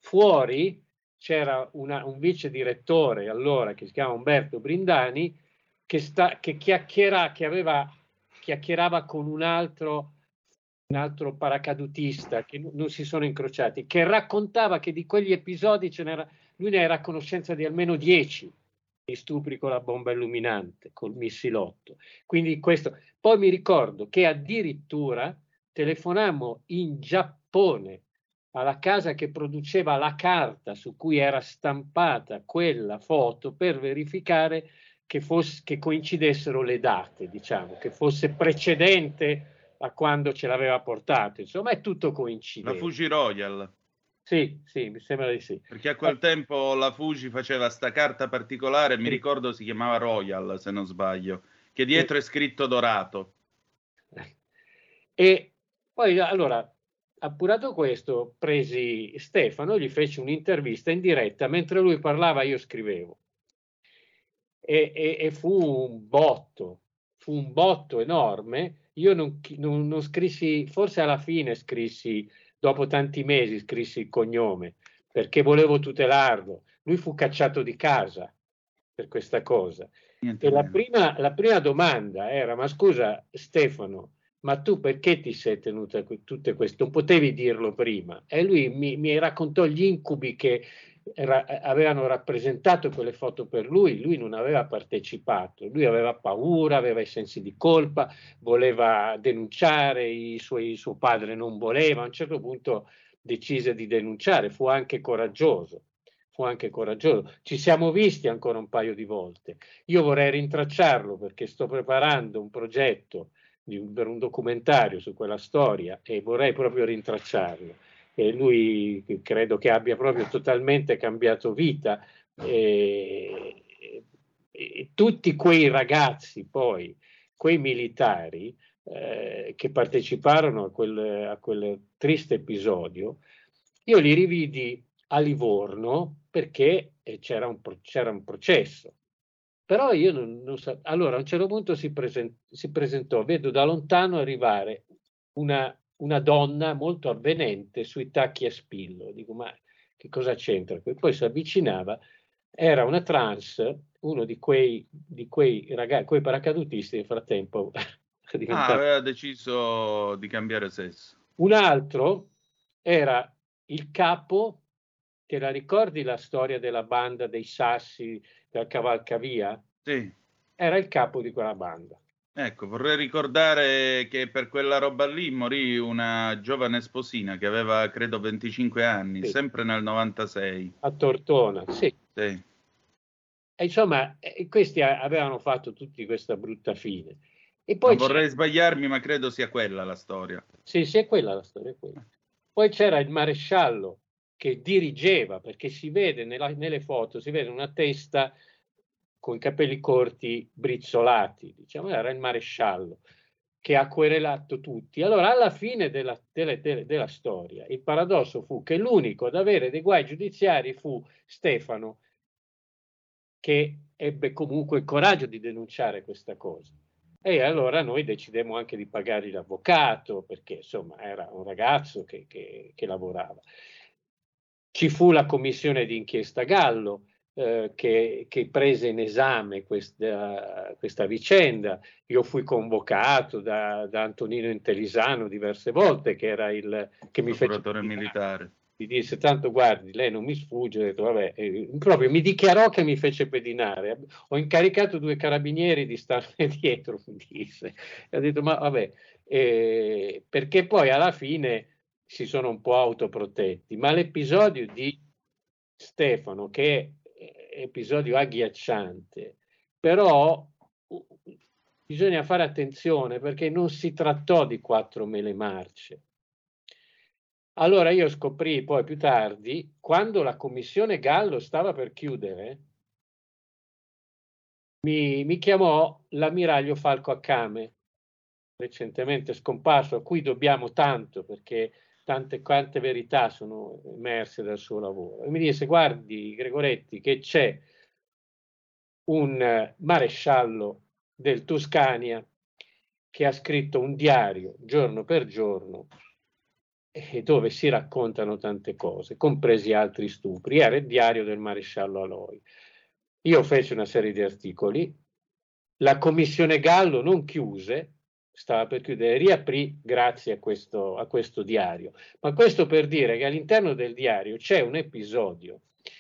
fuori c'era una, un vice direttore allora che si chiama Umberto Brindani che, sta, che, chiacchiera, che aveva, chiacchierava con un altro, un altro paracadutista che non si sono incrociati, che raccontava che di quegli episodi ce n'era, lui ne era a conoscenza di almeno dieci di stupri con la bomba illuminante, col missilotto. Quindi questo. Poi mi ricordo che addirittura telefonammo in Giappone alla casa che produceva la carta su cui era stampata quella foto per verificare che, fosse, che coincidessero le date, diciamo, che fosse precedente a quando ce l'aveva portato. Insomma, è tutto coincidente. La Fuji Royal. Sì, sì, mi sembra di sì. Perché a quel eh. tempo la Fuji faceva sta carta particolare, mi ricordo si chiamava Royal, se non sbaglio, che dietro sì. È scritto dorato. E poi, allora, appurato questo, presi Stefano, gli feci un'intervista in diretta, mentre lui parlava io scrivevo. E, e, e fu un botto, fu un botto enorme. Io non, non, non scrissi, forse alla fine scrissi, dopo tanti mesi scrissi il cognome, perché volevo tutelarlo. Lui fu cacciato di casa per questa cosa. Niente e la prima, la prima domanda era, ma scusa Stefano, ma tu perché ti sei tenuta tutte queste? Non potevi dirlo prima. E lui mi, mi raccontò gli incubi che era, avevano rappresentato quelle foto per lui. Lui non aveva partecipato, lui aveva paura, aveva i sensi di colpa, voleva denunciare, i suoi, suo padre non voleva. A un certo punto decise di denunciare, fu anche coraggioso. Fu anche coraggioso. Ci siamo visti ancora un paio di volte. Io vorrei rintracciarlo perché sto preparando un progetto di, per un documentario su quella storia e vorrei proprio rintracciarlo. E lui credo che abbia proprio totalmente cambiato vita. E, e, e tutti quei ragazzi, poi, quei militari eh, che parteciparono a quel, a quel triste episodio, io li rividi a Livorno perché c'era un, c'era un processo. Però io non, non so. Allora a un certo punto si, present, si presentò, vedo da lontano arrivare una, una donna molto avvenente sui tacchi a spillo. Dico, ma che cosa c'entra? Poi si avvicinava, era una trans, uno di quei, di quei ragazzi, quei paracadutisti nel frattempo. Ah, aveva deciso di cambiare sesso. Un altro era il capo. Te la ricordi la storia della banda dei Sassi, del Cavalcavia? Sì. Era il capo di quella banda. Ecco, vorrei ricordare che per quella roba lì morì una giovane sposina che aveva, credo, venticinque anni, sì. Sempre nel novantasei. A Tortona, sì. Sì. E insomma, questi avevano fatto tutti questa brutta fine. E poi non vorrei sbagliarmi, ma credo sia quella la storia. Sì, sì, è quella la storia. È quella. Poi c'era il maresciallo che dirigeva, perché si vede nella, nelle foto, si vede una testa con i capelli corti brizzolati, diciamo, era il maresciallo che ha querelato tutti. Allora, alla fine della, delle, delle, della storia, il paradosso fu che l'unico ad avere dei guai giudiziari fu Stefano, che ebbe comunque il coraggio di denunciare questa cosa. E allora noi decidemmo anche di pagargli l'avvocato, perché insomma era un ragazzo che, che, che lavorava. Ci fu la commissione di inchiesta Gallo eh, che, che prese in esame questa, questa vicenda. Io fui convocato da, da Antonino Intelisano diverse volte, che era il che mi fece militare. Mi disse, tanto guardi, lei non mi sfugge. Ho detto, vabbè, eh, proprio mi dichiarò che mi fece pedinare. Ho incaricato due carabinieri di starne dietro, mi disse. E ho detto, ma vabbè, eh, perché poi alla fine si sono un po' autoprotetti, ma l'episodio di Stefano, che è episodio agghiacciante, però bisogna fare attenzione perché non si trattò di quattro mele marce. Allora io scoprì poi più tardi, quando la commissione Gallo stava per chiudere, mi, mi chiamò l'ammiraglio Falco Accame, recentemente scomparso, a cui dobbiamo tanto perché tante quante verità sono emerse dal suo lavoro, e mi disse, guardi Gregoretti, che c'è un maresciallo del Tuscania che ha scritto un diario giorno per giorno e dove si raccontano tante cose, compresi altri stupri. Era il diario del maresciallo Aloi. Io feci una serie di articoli, la commissione Gallo non chiuse, stava per chiudere, riaprì grazie a questo, a questo diario. Ma questo per dire che all'interno del diario c'è un episodio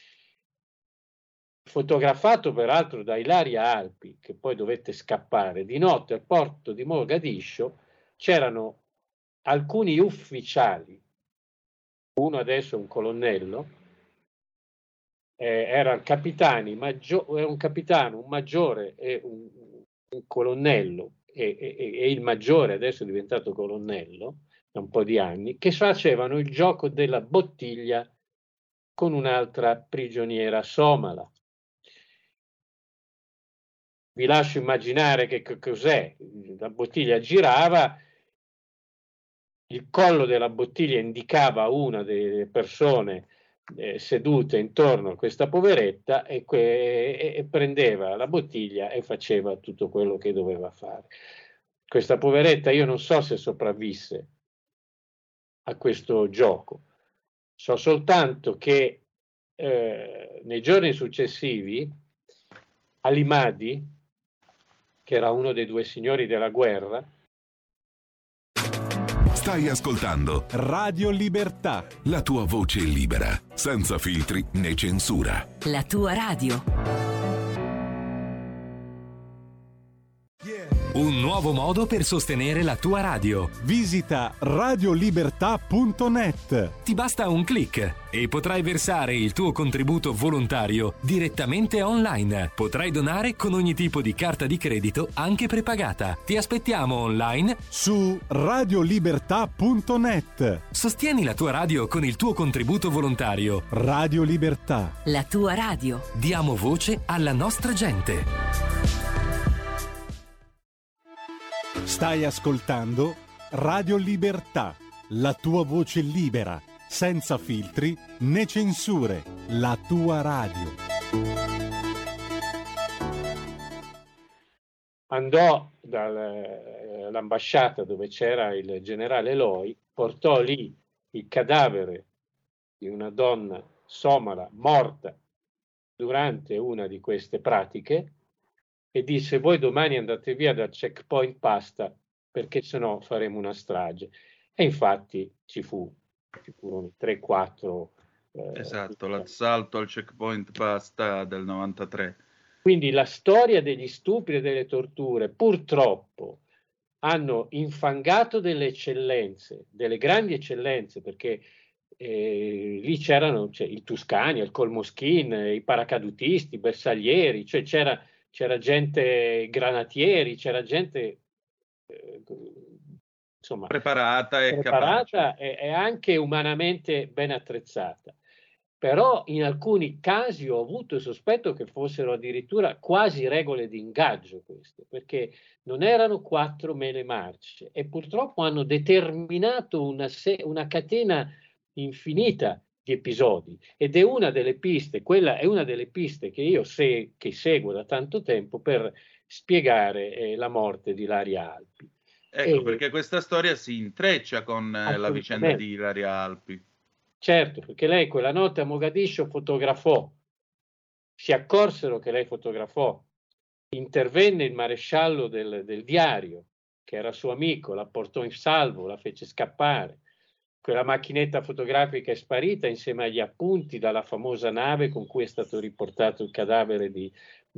fotografato peraltro da Ilaria Alpi, che poi dovette scappare. Di notte al porto di Mogadiscio c'erano alcuni ufficiali, uno adesso è un colonnello, eh, erano capitani, maggio, era un capitano, un maggiore e un, un colonnello, e, e, e il maggiore adesso è diventato colonnello da un po' di anni, che facevano il gioco della bottiglia con un'altra prigioniera somala. Vi lascio immaginare che, che cos'è. La bottiglia girava, il collo della bottiglia indicava una delle persone eh, sedute intorno a questa poveretta e, que- e, e prendeva la bottiglia e faceva tutto quello che doveva fare. Questa poveretta io non so se sopravvisse a questo gioco, so soltanto che eh, nei giorni successivi Ali Madi, che era uno dei due signori della guerra. Stai ascoltando Radio Libertà, la tua voce libera, senza filtri né censura. La tua radio. Un nuovo modo per sostenere la tua radio. Visita radiolibertà punto net. Ti basta un click e potrai versare il tuo contributo volontario direttamente online. Potrai donare con ogni tipo di carta di credito, anche prepagata. Ti aspettiamo online su radiolibertà punto net. Sostieni la tua radio con il tuo contributo volontario. Radio Libertà. La tua radio. Diamo voce alla nostra gente. Stai ascoltando Radio Libertà, la tua voce libera, senza filtri né censure, la tua radio. Andò dall'ambasciata dove c'era il generale Loi, portò lì il cadavere di una donna somala morta durante una di queste pratiche e disse: voi domani andate via dal checkpoint Pasta perché sennò faremo una strage. E infatti ci fu, ci furono tre quattro eh, esatto, l'assalto al checkpoint Pasta del novantatré. Quindi la storia degli stupri e delle torture purtroppo hanno infangato delle eccellenze, delle grandi eccellenze, perché eh, lì c'erano cioè, il Tuscania, il Colmoschin, i paracadutisti, i bersaglieri, cioè c'era c'era gente, granatieri, c'era gente eh, insomma preparata e preparata e, e anche umanamente ben attrezzata. Però in alcuni casi ho avuto il sospetto che fossero addirittura quasi regole di ingaggio queste, perché non erano quattro mele marce e purtroppo hanno determinato una, se- una catena infinita di episodi, ed è una delle piste, quella è una delle piste che io se, che seguo da tanto tempo per spiegare eh, la morte di Ilaria Alpi. Ecco, e, perché questa storia si intreccia con eh, la vicenda di Ilaria Alpi. Certo, perché lei quella notte a Mogadiscio fotografò, si accorsero che lei fotografò, intervenne il maresciallo del, del diario, che era suo amico, la portò in salvo, la fece scappare. Quella macchinetta fotografica è sparita insieme agli appunti dalla famosa nave con cui è stato riportato il cadavere di,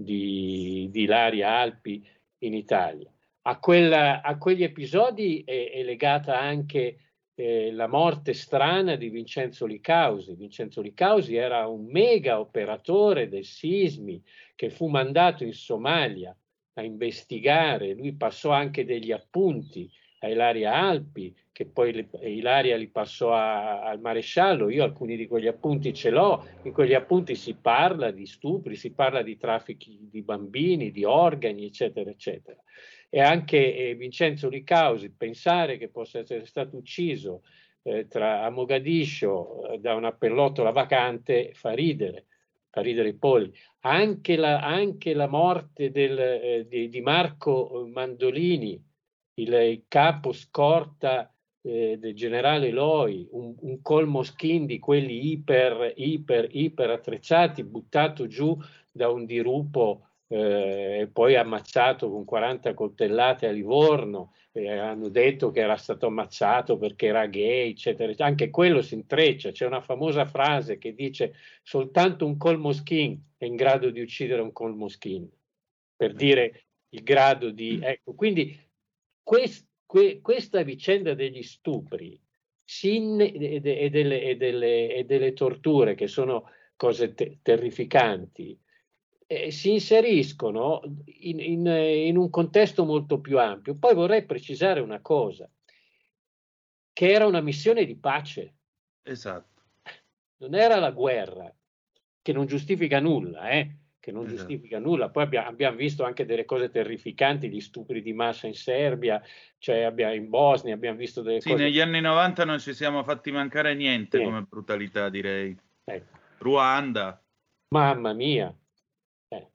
di, di Ilaria Alpi in Italia. A, quella, a quegli episodi è, è legata anche eh, la morte strana di Vincenzo Licausi. Vincenzo Licausi era un mega operatore del sismi che fu mandato in Somalia a investigare. Lui passò anche degli appunti a Ilaria Alpi, che poi le, Ilaria li passò a, al maresciallo. Io alcuni di quegli appunti ce l'ho. In quegli appunti si parla di stupri, si parla di traffici di bambini, di organi, eccetera, eccetera. E anche eh, Vincenzo Licausi, pensare che possa essere stato ucciso eh, tra, a Mogadiscio eh, da una pellottola vacante fa ridere, fa ridere i polli. Anche la, anche la morte del, eh, di, di Marco Mandolini, il, il capo scorta eh, del generale Loi, un, un colmo skin di quelli iper, iper, iper attrezzati, buttato giù da un dirupo eh, e poi ammazzato con quaranta coltellate a Livorno. Eh, hanno detto che era stato ammazzato perché era gay, eccetera, eccetera. Anche quello si intreccia. C'è una famosa frase che dice: soltanto un colmo skin è in grado di uccidere un colmo skin, per dire il grado di... Ecco, quindi quest, que, questa vicenda degli stupri sin, e, de, e, delle, e, delle, e delle torture, che sono cose te, terrificanti, eh, si inseriscono in, in, in un contesto molto più ampio. Poi vorrei precisare una cosa, che era una missione di pace. Esatto. Non era la guerra, che non giustifica nulla, eh? che non Esatto. giustifica nulla. Poi abbiamo, abbiamo visto anche delle cose terrificanti, gli stupri di massa in Serbia, cioè abbiamo, in Bosnia abbiamo visto delle Sì, cose... negli anni novanta non ci siamo fatti mancare niente, Niente. come brutalità, direi. Ecco. Ruanda. Mamma mia. Eh.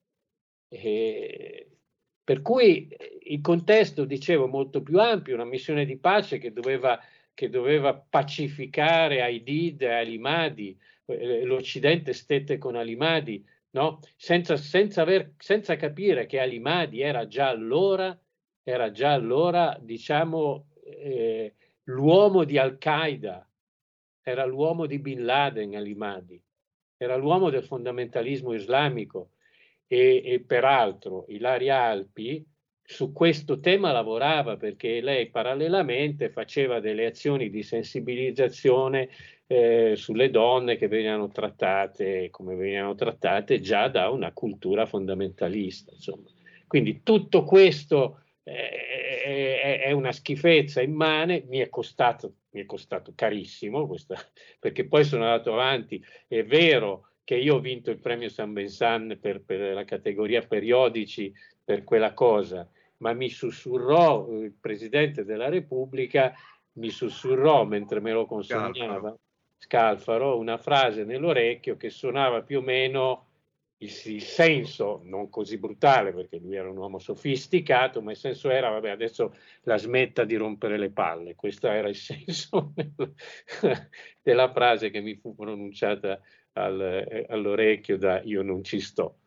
E... Per cui il contesto, dicevo, molto più ampio, una missione di pace che doveva, che doveva pacificare Aidid e Ali Mahdi. L'Occidente stette con Ali Mahdi, no? senza, senza, aver, senza capire che Ali Mahdi era già allora, era già allora diciamo, eh, l'uomo di Al-Qaeda, era l'uomo di Bin Laden, Ali Mahdi, era l'uomo del fondamentalismo islamico. E, e peraltro Ilaria Alpi su questo tema lavorava, perché lei parallelamente faceva delle azioni di sensibilizzazione eh, sulle donne che venivano trattate come venivano trattate già da una cultura fondamentalista, insomma. Quindi tutto questo eh, è, è una schifezza immane, mi è costato, mi è costato carissimo questa, perché poi sono andato avanti, è vero che io ho vinto il premio San Bensan per, per la categoria periodici per quella cosa, ma mi sussurrò il Presidente della Repubblica, mi sussurrò mentre me lo consegnava, Scalfaro, una frase nell'orecchio che suonava più o meno il, il senso, non così brutale perché lui era un uomo sofisticato, ma il senso era: vabbè, adesso la smetta di rompere le palle. Questo era il senso della frase che mi fu pronunciata Al, all'orecchio da io non ci sto.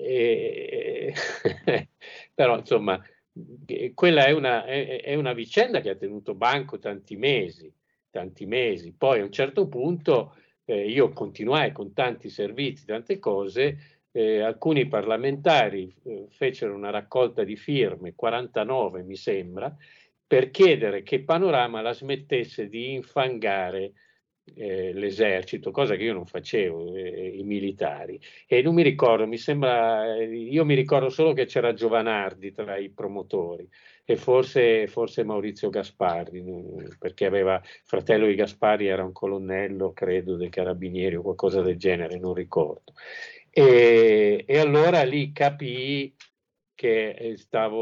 E, però insomma quella è una, è, è una vicenda che ha tenuto banco tanti mesi, tanti mesi. Poi a un certo punto eh, io continuai con tanti servizi, tante cose, eh, alcuni parlamentari eh, fecero una raccolta di firme, quarantanove mi sembra, per chiedere che Panorama la smettesse di infangare Eh, l'esercito, cosa che io non facevo, eh, i militari. E non mi ricordo, mi sembra, eh, io mi ricordo solo che c'era Giovanardi tra i promotori e forse, forse Maurizio Gasparri, perché aveva, fratello di Gasparri era un colonnello, credo, dei carabinieri o qualcosa del genere, non ricordo. E, e allora lì capii che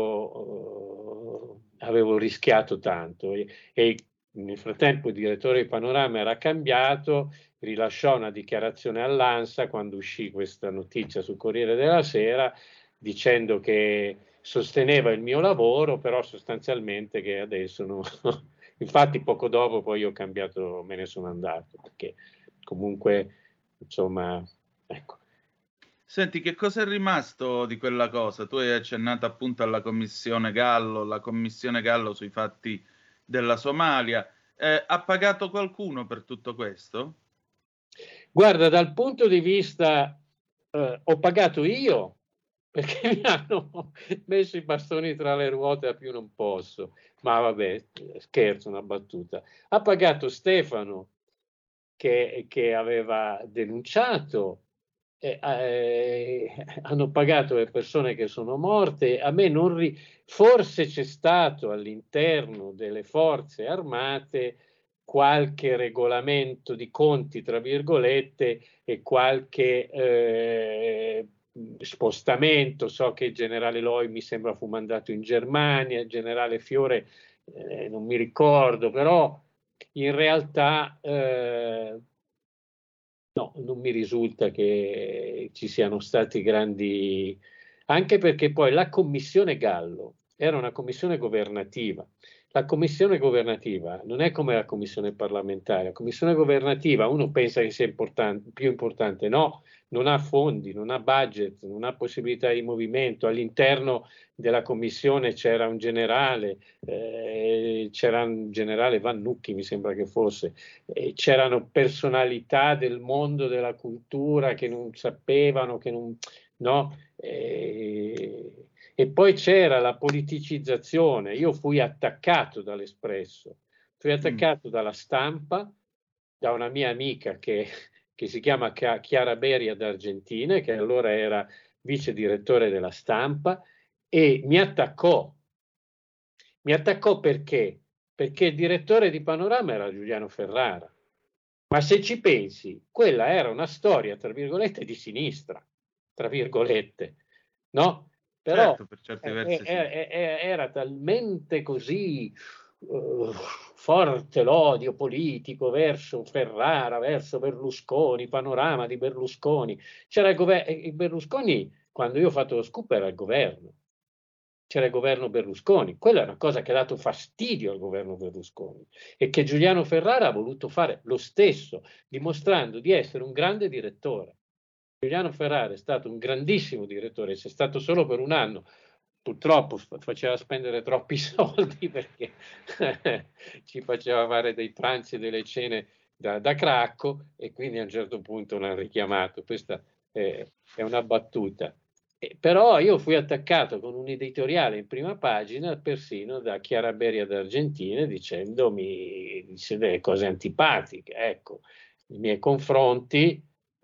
stavo, uh, avevo rischiato tanto e, e nel frattempo il direttore di Panorama era cambiato, rilasciò una dichiarazione all'ANSA quando uscì questa notizia sul Corriere della Sera, dicendo che sosteneva il mio lavoro, però sostanzialmente che adesso no. Infatti poco dopo poi ho cambiato, me ne sono andato, perché comunque insomma, ecco. Senti, che cosa è rimasto di quella cosa? Tu hai accennato appunto alla commissione Gallo, la commissione Gallo sui fatti della Somalia. Eh, ha pagato qualcuno per tutto questo? Guarda, dal punto di vista eh, ho pagato io, perché mi hanno messo i bastoni tra le ruote a più non posso, ma vabbè, scherzo, una battuta. Ha pagato Stefano che, che aveva denunciato, eh, eh, hanno pagato le persone che sono morte. A me non ri... forse c'è stato all'interno delle forze armate qualche regolamento di conti, tra virgolette, e qualche eh, spostamento. So che il generale Loi mi sembra fu mandato in Germania, il generale Fiore eh, non mi ricordo, però in realtà eh, no, non mi risulta che ci siano stati grandi, anche perché poi la commissione Gallo era una commissione governativa, la commissione governativa non è come la commissione parlamentare. La commissione governativa uno pensa che sia importante, più importante, no, non ha fondi, non ha budget, non ha possibilità di movimento. All'interno della commissione c'era un generale, eh, c'era un generale Vannucchi, mi sembra che fosse, eh, c'erano personalità del mondo della cultura che non sapevano, che non, no, eh, e poi c'era la politicizzazione. Io fui attaccato dall'Espresso, fui attaccato mm. dalla Stampa, da una mia amica che, che si chiama Chiara Beria d'Argentina, che allora era vice direttore della Stampa, e mi attaccò. Mi attaccò perché? Perché il direttore di Panorama era Giuliano Ferrara. Ma se ci pensi, quella era una storia, tra virgolette, di sinistra, tra virgolette, no? Però certo, per certi versi, era, sì. era, era talmente così uh, forte l'odio politico verso Ferrara, verso Berlusconi, Panorama di Berlusconi. C'era il governo, il Berlusconi, quando io ho fatto lo scoop, era il governo. C'era il governo Berlusconi. Quella è una cosa che ha dato fastidio al governo Berlusconi e che Giuliano Ferrara ha voluto fare lo stesso, dimostrando di essere un grande direttore. Giuliano Ferrara è stato un grandissimo direttore, se è stato solo per un anno, purtroppo faceva spendere troppi soldi perché ci faceva fare dei pranzi e delle cene da, da cracco, e quindi a un certo punto l'hanno richiamato. Questa è, è una battuta. Eh, però io fui attaccato con un editoriale in prima pagina persino da Chiara Beria d'Argentina, dicendomi dice delle cose antipatiche, ecco, nei miei confronti.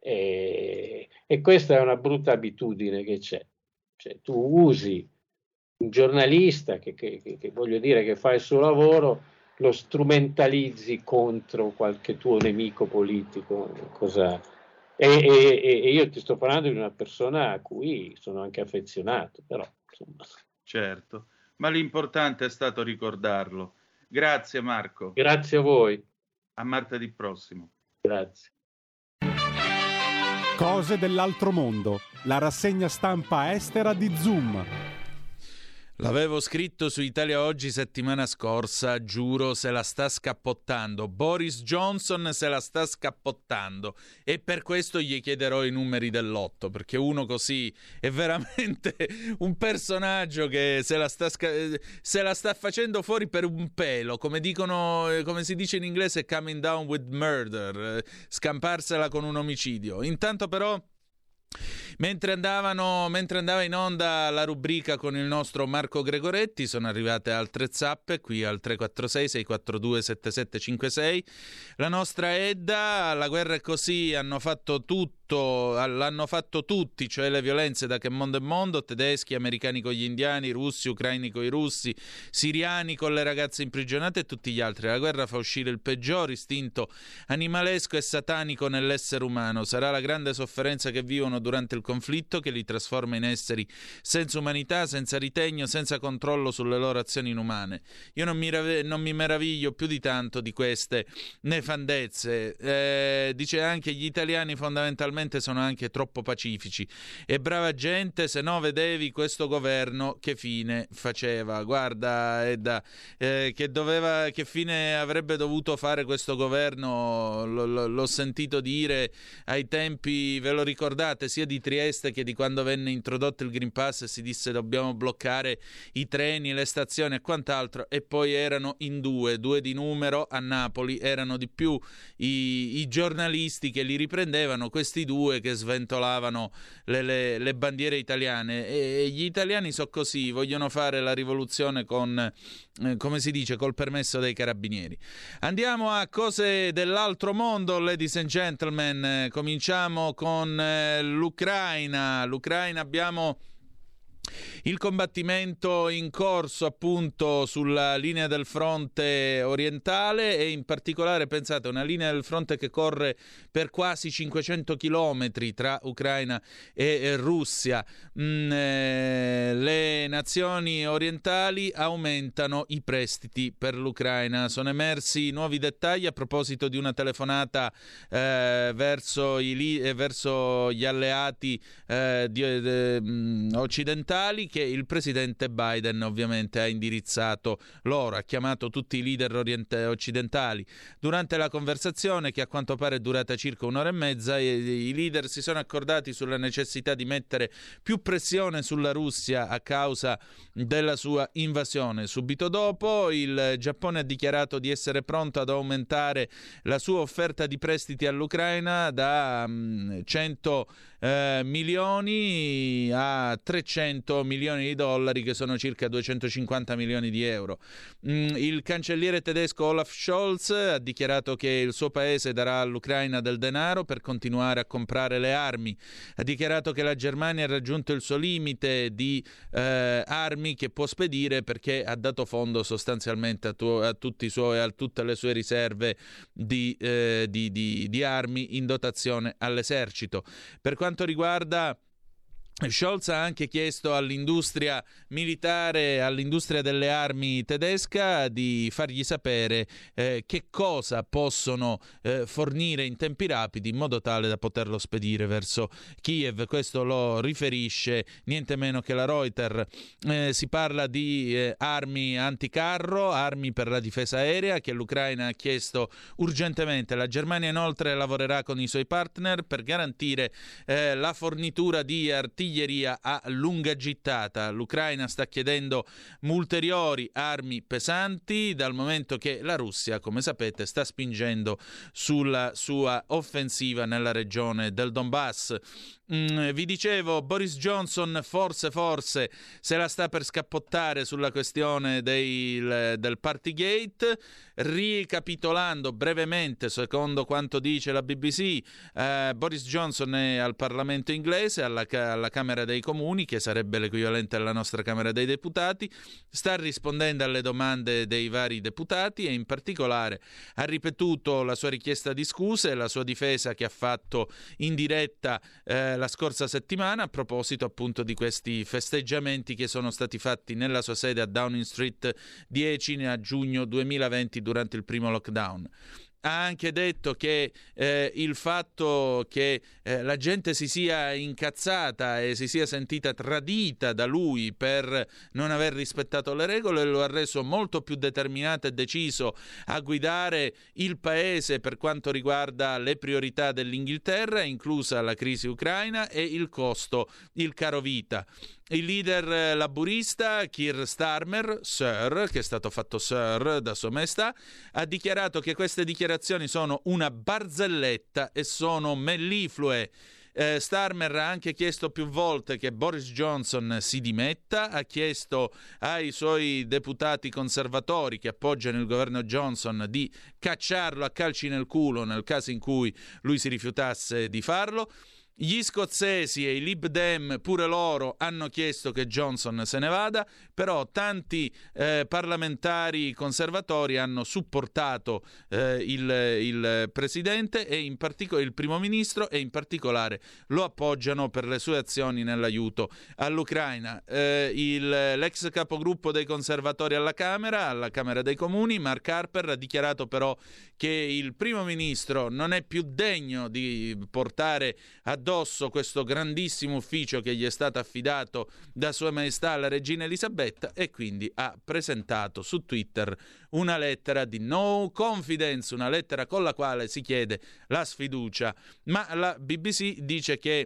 E, e questa è una brutta abitudine che c'è, cioè tu usi un giornalista che, che, che, che voglio dire che fa il suo lavoro, lo strumentalizzi contro qualche tuo nemico politico, cosa, e, e, e io ti sto parlando di una persona a cui sono anche affezionato, però insomma. Certo, ma l'importante è stato ricordarlo. Grazie Marco. Grazie a voi. A martedì prossimo. Grazie. Cose dell'altro mondo, la rassegna stampa estera di Zoom. L'avevo scritto su Italia Oggi settimana scorsa, giuro, se la sta scappottando. Boris Johnson se la sta scappottando e per questo gli chiederò i numeri del lotto, perché uno così è veramente un personaggio che se la sta, sca- se la sta facendo fuori per un pelo, come dicono, come si dice in inglese, coming down with murder, scamparsela con un omicidio. Intanto però, Mentre, andavano, mentre andava in onda la rubrica con il nostro Marco Gregoretti, sono arrivate altre zappe qui al tre quattro sei sei quattro due sette sette cinque sei. La nostra Edda, la guerra è così, hanno fatto tutto, l'hanno fatto tutti, cioè le violenze da che mondo è mondo, tedeschi, americani con gli indiani, russi, ucraini con i russi, siriani con le ragazze imprigionate e tutti gli altri. La guerra fa uscire il peggior istinto animalesco e satanico nell'essere umano. Sarà la grande sofferenza che vivono durante il conflitto che li trasforma in esseri senza umanità, senza ritegno, senza controllo sulle loro azioni inumane. Io non mi, rave- non mi meraviglio più di tanto di queste nefandezze. Eh, dice anche gli italiani fondamentalmente sono anche troppo pacifici e brava gente, se no vedevi questo governo che fine faceva. Guarda Edda, eh, che doveva, che fine avrebbe dovuto fare questo governo, l- l- l'ho sentito dire ai tempi, ve lo ricordate, sia di Trieste che di quando venne introdotto il Green Pass e si disse dobbiamo bloccare i treni, le stazioni e quant'altro, e poi erano in due, due di numero a Napoli, erano di più i, i giornalisti che li riprendevano, questi due che sventolavano le, le, le bandiere italiane, e, e gli italiani so così, vogliono fare la rivoluzione con, eh, come si dice, col permesso dei carabinieri. Andiamo a cose dell'altro mondo, ladies and gentlemen, cominciamo con eh, l'Ucraina. L'Ucraina abbiamo il combattimento in corso appunto sulla linea del fronte orientale e in particolare, pensate, una linea del fronte che corre per quasi cinquecento chilometri tra Ucraina e Russia. Mm, eh, le nazioni orientali aumentano i prestiti per l'Ucraina. Sono emersi nuovi dettagli a proposito di una telefonata eh, verso, i, eh, verso gli alleati eh, di, eh, occidentali che il presidente Biden ovviamente ha indirizzato loro, ha chiamato tutti i leader orient- occidentali. Durante la conversazione, che a quanto pare è durata circa un'ora e mezza, i, i leader si sono accordati sulla necessità di mettere più pressione sulla Russia a causa della sua invasione. Subito dopo il Giappone ha dichiarato di essere pronto ad aumentare la sua offerta di prestiti all'Ucraina da um, cento eh, milioni a trecento milioni di dollari, che sono circa duecentocinquanta milioni di euro. Mm, il cancelliere tedesco Olaf Scholz ha dichiarato che il suo paese darà all'Ucraina del denaro per continuare a comprare le armi. Ha dichiarato che la Germania ha raggiunto il suo limite di eh, armi che può spedire, perché ha dato fondo sostanzialmente a, tu- a, tutti i suoi, a tutte le sue riserve di, eh, di, di, di armi in dotazione all'esercito. Per quanto riguarda Scholz, ha anche chiesto all'industria militare, all'industria delle armi tedesca, di fargli sapere eh, che cosa possono eh, fornire in tempi rapidi, in modo tale da poterlo spedire verso Kiev. Questo lo riferisce niente meno che la Reuters. Eh, si parla di eh, armi anticarro, armi per la difesa aerea, che l'Ucraina ha chiesto urgentemente. La Germania inoltre lavorerà con i suoi partner per garantire eh, la fornitura di artiglieria a lunga gittata. L'Ucraina sta chiedendo ulteriori armi pesanti, dal momento che la Russia, come sapete, sta spingendo sulla sua offensiva nella regione del Donbass. Mm, vi dicevo, Boris Johnson forse forse se la sta per scappottare sulla questione dei, del Partygate. Ricapitolando brevemente, secondo quanto dice la B B C, eh, Boris Johnson è al Parlamento inglese, alla, alla Camera dei Comuni, che sarebbe l'equivalente alla nostra Camera dei Deputati, sta rispondendo alle domande dei vari deputati e in particolare ha ripetuto la sua richiesta di scuse e la sua difesa che ha fatto in diretta eh, la scorsa settimana a proposito appunto di questi festeggiamenti che sono stati fatti nella sua sede a Downing Street dieci a giugno duemilaventi durante il primo lockdown. Ha anche detto che eh, il fatto che eh, la gente si sia incazzata e si sia sentita tradita da lui per non aver rispettato le regole lo ha reso molto più determinato e deciso a guidare il paese per quanto riguarda le priorità dell'Inghilterra, inclusa la crisi ucraina e il costo, il caro vita. Il leader laburista Keir Starmer, Sir, che è stato fatto Sir da Sua Maestà, ha dichiarato che queste dichiarazioni sono una barzelletta e sono melliflue. Eh, Starmer ha anche chiesto più volte che Boris Johnson si dimetta, ha chiesto ai suoi deputati conservatori che appoggiano il governo Johnson di cacciarlo a calci nel culo nel caso in cui lui si rifiutasse di farlo. Gli scozzesi e i Lib Dem pure loro hanno chiesto che Johnson se ne vada, però tanti eh, parlamentari conservatori hanno supportato eh, il, il presidente e in particolare il primo ministro e in particolare lo appoggiano per le sue azioni nell'aiuto all'Ucraina. Eh, il, l'ex capogruppo dei conservatori alla Camera, alla Camera dei Comuni, Mark Harper, ha dichiarato però che il primo ministro non è più degno di portare addosso questo grandissimo ufficio che gli è stato affidato da Sua Maestà la Regina Elisabetta e quindi ha presentato su Twitter una lettera di no confidence, una lettera con la quale si chiede la sfiducia, ma la B B C dice che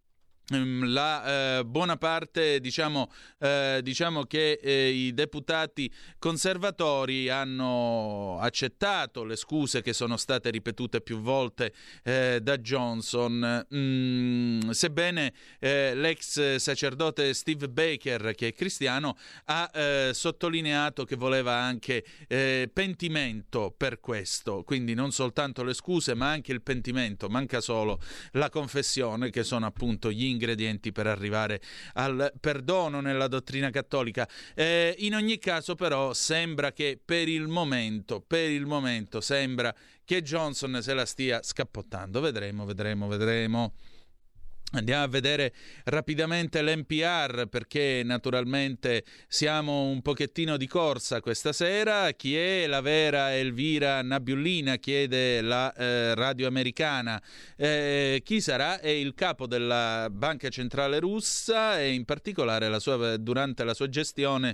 la eh, buona parte diciamo, eh, diciamo che eh, i deputati conservatori hanno accettato le scuse che sono state ripetute più volte eh, da Johnson, mm, sebbene eh, l'ex sacerdote Steve Baker, che è cristiano, ha eh, sottolineato che voleva anche eh, pentimento per questo, quindi non soltanto le scuse ma anche il pentimento, manca solo la confessione, che sono appunto gli ingredienti per arrivare al perdono nella dottrina cattolica. Eh, in ogni caso però sembra che per il momento, per il momento sembra che Johnson se la stia scappottando. Vedremo, vedremo, vedremo. Andiamo a vedere rapidamente l'N P R, perché naturalmente siamo un pochettino di corsa questa sera. Chi è la vera Elvira Nabiullina? Chiede la eh, radio americana. Eh, chi sarà? È il capo della Banca Centrale Russa e in particolare la sua, durante la sua gestione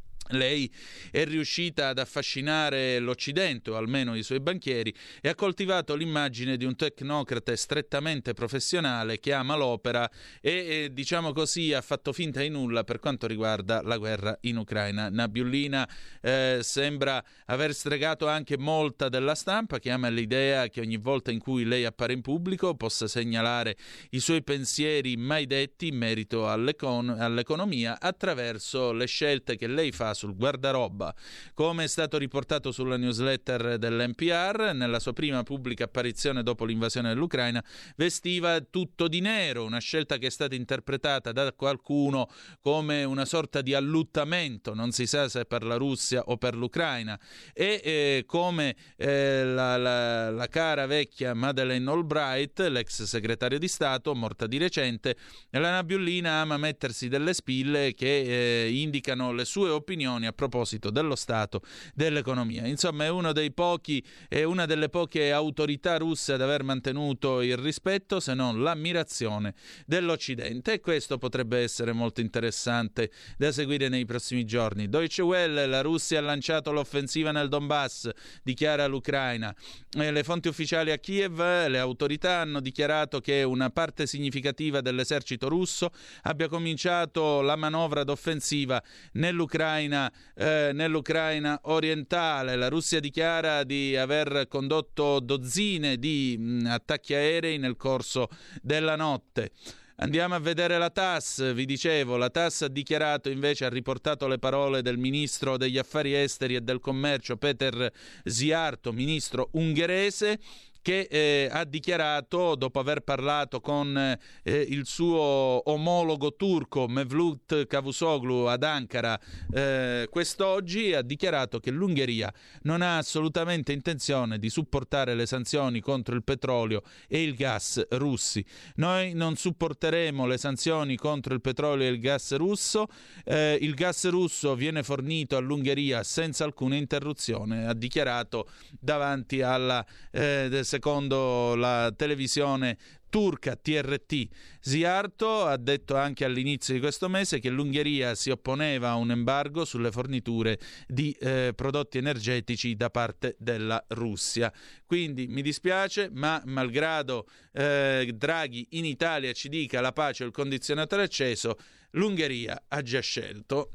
lei è riuscita ad affascinare l'Occidente, o almeno i suoi banchieri, e ha coltivato l'immagine di un tecnocrate strettamente professionale che ama l'opera e, e diciamo così, ha fatto finta di nulla per quanto riguarda la guerra in Ucraina. Nabiullina eh, sembra aver stregato anche molta della stampa, che ama l'idea che ogni volta in cui lei appare in pubblico possa segnalare i suoi pensieri mai detti in merito all'econ- all'economia attraverso le scelte che lei fa sul guardaroba. Come è stato riportato sulla newsletter dell'N P R, nella sua prima pubblica apparizione dopo l'invasione dell'Ucraina vestiva tutto di nero, una scelta che è stata interpretata da qualcuno come una sorta di alluttamento, non si sa se per la Russia o per l'Ucraina, e eh, come eh, la, la, la cara vecchia Madeleine Albright, l'ex segretario di Stato, morta di recente, la Nabiullina ama mettersi delle spille che eh, indicano le sue opinioni a proposito dello stato dell'economia. Insomma, è uno dei pochi, è una delle poche autorità russe ad aver mantenuto il rispetto, se non l'ammirazione dell'Occidente, e questo potrebbe essere molto interessante da seguire nei prossimi giorni. Deutsche Welle: la Russia ha lanciato l'offensiva nel Donbass, dichiara l'Ucraina. E le fonti ufficiali a Kiev, le autorità hanno dichiarato che una parte significativa dell'esercito russo abbia cominciato la manovra d'offensiva nell'Ucraina Eh, nell'Ucraina orientale. La Russia dichiara di aver condotto dozzine di mh, attacchi aerei nel corso della notte. Andiamo a vedere la TASS, vi dicevo, la TASS ha dichiarato invece, ha riportato le parole del ministro degli affari esteri e del commercio Péter Szijjártó, ministro ungherese, che eh, ha dichiarato, dopo aver parlato con eh, il suo omologo turco Mevlut Cavusoglu ad Ankara eh, quest'oggi, ha dichiarato che l'Ungheria non ha assolutamente intenzione di supportare le sanzioni contro il petrolio e il gas russi. Noi non supporteremo le sanzioni contro il petrolio e il gas russo, eh, il gas russo viene fornito all'Ungheria senza alcuna interruzione, ha dichiarato davanti alla eh, secondo la televisione turca T R T. Szijjártó ha detto anche all'inizio di questo mese che l'Ungheria si opponeva a un embargo sulle forniture di eh, prodotti energetici da parte della Russia. Quindi mi dispiace, ma malgrado eh, Draghi in Italia ci dica la pace o il condizionatore acceso, l'Ungheria ha già scelto.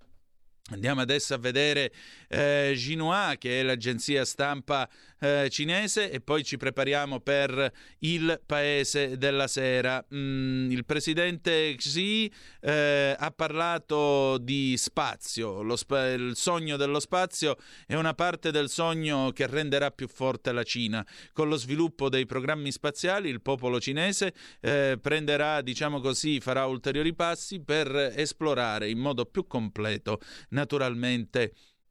Andiamo adesso a vedere eh, Xinhua, che è l'agenzia stampa eh, cinese, e poi ci prepariamo per il Paese della Sera. Mm, il presidente Xi eh, ha parlato di spazio. Lo spa- il sogno dello spazio è una parte del sogno che renderà più forte la Cina. Con lo sviluppo dei programmi spaziali il popolo cinese eh, prenderà, diciamo così, farà ulteriori passi per esplorare in modo più completo naturalmente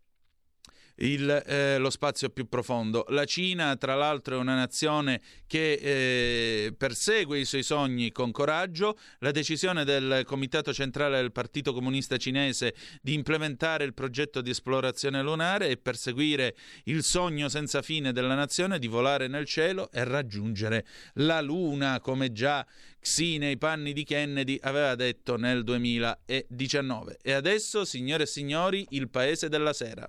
il, eh, lo spazio più profondo. La Cina, tra l'altro, è una nazione che eh, persegue i suoi sogni con coraggio. La decisione del Comitato Centrale del Partito Comunista Cinese di implementare il progetto di esplorazione lunare e perseguire il sogno senza fine della nazione di volare nel cielo e raggiungere la Luna, come già Xi nei panni di Kennedy aveva detto nel duemiladiciannove. E adesso, signore e signori, il Paese della Sera.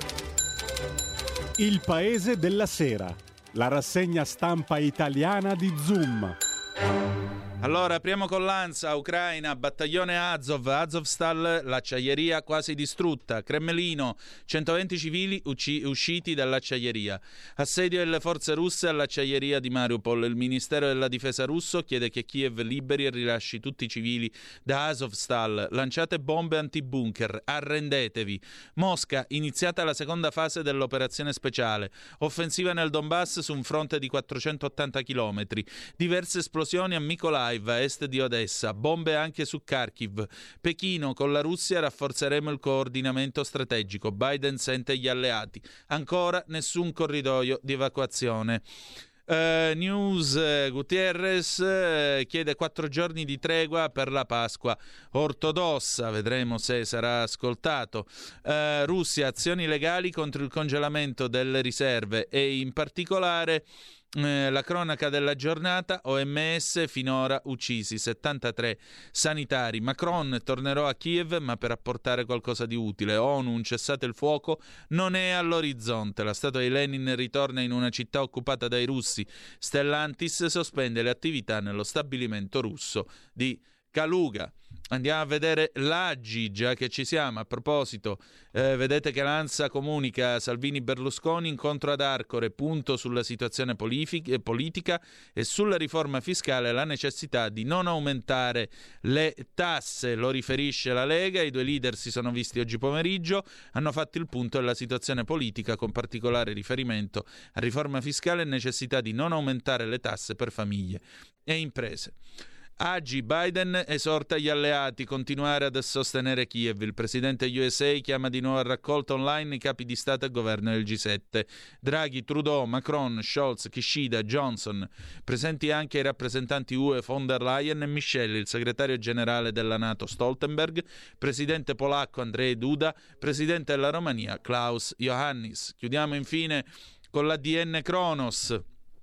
Il Paese della Sera, la rassegna stampa italiana di Zoom. Allora, apriamo con l'Ansa. Ucraina, battaglione Azov, Azovstal, l'acciaieria quasi distrutta. Cremlino, centoventi civili ucci- usciti dall'acciaieria. Assedio delle forze russe all'acciaieria di Mariupol. Il Ministero della Difesa russo chiede che Kiev liberi e rilasci tutti i civili da Azovstal. Lanciate bombe antibunker, arrendetevi. Mosca, iniziata la seconda fase dell'operazione speciale. Offensiva nel Donbass su un fronte di quattrocentottanta chilometri. Diverse esplosioni a Mykolaiv, a est di Odessa, bombe anche su Kharkiv. Pechino, con la Russia rafforzeremo il coordinamento strategico. Biden sente gli alleati. Ancora nessun corridoio di evacuazione. Uh, News uh, Gutierrez uh, chiede quattro giorni di tregua per la Pasqua ortodossa, vedremo se sarà ascoltato. Uh, Russia, azioni legali contro il congelamento delle riserve e in particolare Eh, la cronaca della giornata, O M S finora uccisi settantatré sanitari. Macron tornerò a Kiev ma per apportare qualcosa di utile. ONU, un cessate il fuoco non è all'orizzonte. La statua di Lenin ritorna in una città occupata dai russi. Stellantis sospende le attività nello stabilimento russo di Kaluga. Andiamo a vedere l'A G I, già che ci siamo. A proposito, eh, vedete che l'ANSA comunica Salvini-Berlusconi, incontro ad Arcore, punto sulla situazione polific- politica e sulla riforma fiscale, la necessità di non aumentare le tasse, lo riferisce la Lega. I due leader si sono visti oggi pomeriggio, hanno fatto il punto della situazione politica con particolare riferimento a riforma fiscale e necessità di non aumentare le tasse per famiglie e imprese. A G I, Biden esorta gli alleati a continuare ad sostenere Kiev. Il presidente U S A chiama di nuovo a raccolta online i capi di Stato e governo del G sette. Draghi, Trudeau, Macron, Scholz, Kishida, Johnson. Presenti anche i rappresentanti U E von der Leyen e Michel, il segretario generale della NATO Stoltenberg, presidente polacco Andrzej Duda, presidente della Romania Klaus Iohannis. Chiudiamo infine con l'A D N Kronos.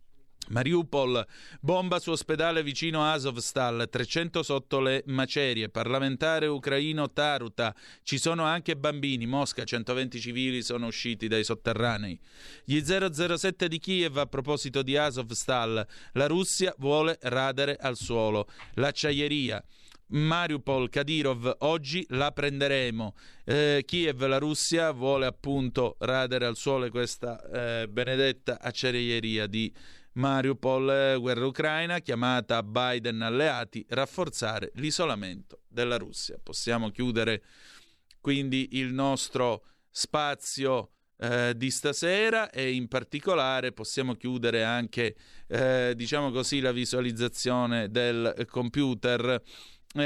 Mariupol, bomba su ospedale vicino Azovstal, trecento sotto le macerie. Parlamentare ucraino Taruta, ci sono anche bambini. Mosca, centoventi civili sono usciti dai sotterranei. Gli zero zero sette di Kiev, a proposito di Azovstal, la Russia vuole radere al suolo l'acciaieria. Mariupol, Kadyrov, oggi la prenderemo. eh, Kiev, la Russia vuole appunto radere al suolo questa eh, benedetta acciaieria di Mariupol. Guerra ucraina, chiamata Biden alleati, rafforzare l'isolamento della Russia. Possiamo chiudere quindi il nostro spazio eh, di stasera e in particolare possiamo chiudere anche eh, diciamo così la visualizzazione del computer. Eh,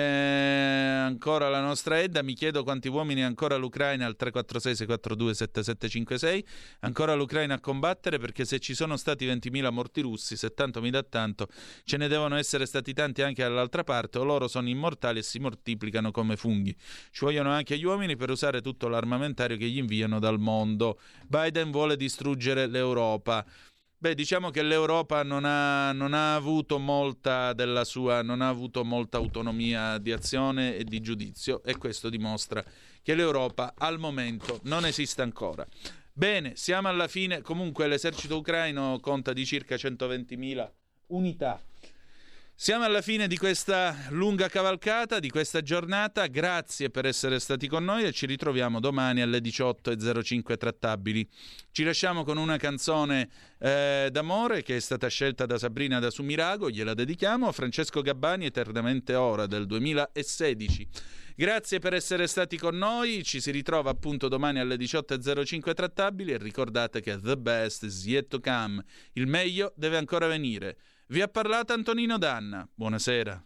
ancora la nostra Edda, mi chiedo quanti uomini ancora l'Ucraina al tre quattro sei sei quattro due sette sette cinque sei, ancora l'Ucraina a combattere, perché se ci sono stati ventimila morti russi, settanta mi dà tanto, ce ne devono essere stati tanti anche dall'altra parte, o loro sono immortali e si moltiplicano come funghi. Ci vogliono anche gli uomini per usare tutto l'armamentario che gli inviano dal mondo. Biden vuole distruggere l'Europa. Beh, diciamo che l'Europa non ha, non ha avuto molta della sua, non ha avuto molta autonomia di azione e di giudizio, e questo dimostra che l'Europa al momento non esiste ancora. Bene, siamo alla fine. Comunque l'esercito ucraino conta di circa centoventimila unità. Siamo alla fine di questa lunga cavalcata, di questa giornata. Grazie per essere stati con noi e ci ritroviamo domani alle diciotto e zero cinque trattabili. Ci lasciamo con una canzone eh, d'amore che è stata scelta da Sabrina da Sumirago, gliela dedichiamo, a Francesco Gabbani, Eternamente Ora, del duemilasedici. Grazie per essere stati con noi, ci si ritrova appunto domani alle diciotto e zero cinque trattabili e ricordate che the best is yet to come, il meglio deve ancora venire. Vi ha parlato Antonino Danna, buonasera.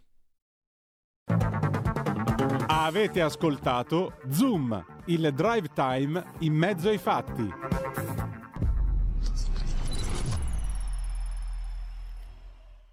Avete ascoltato Zoom, il drive time in mezzo ai fatti.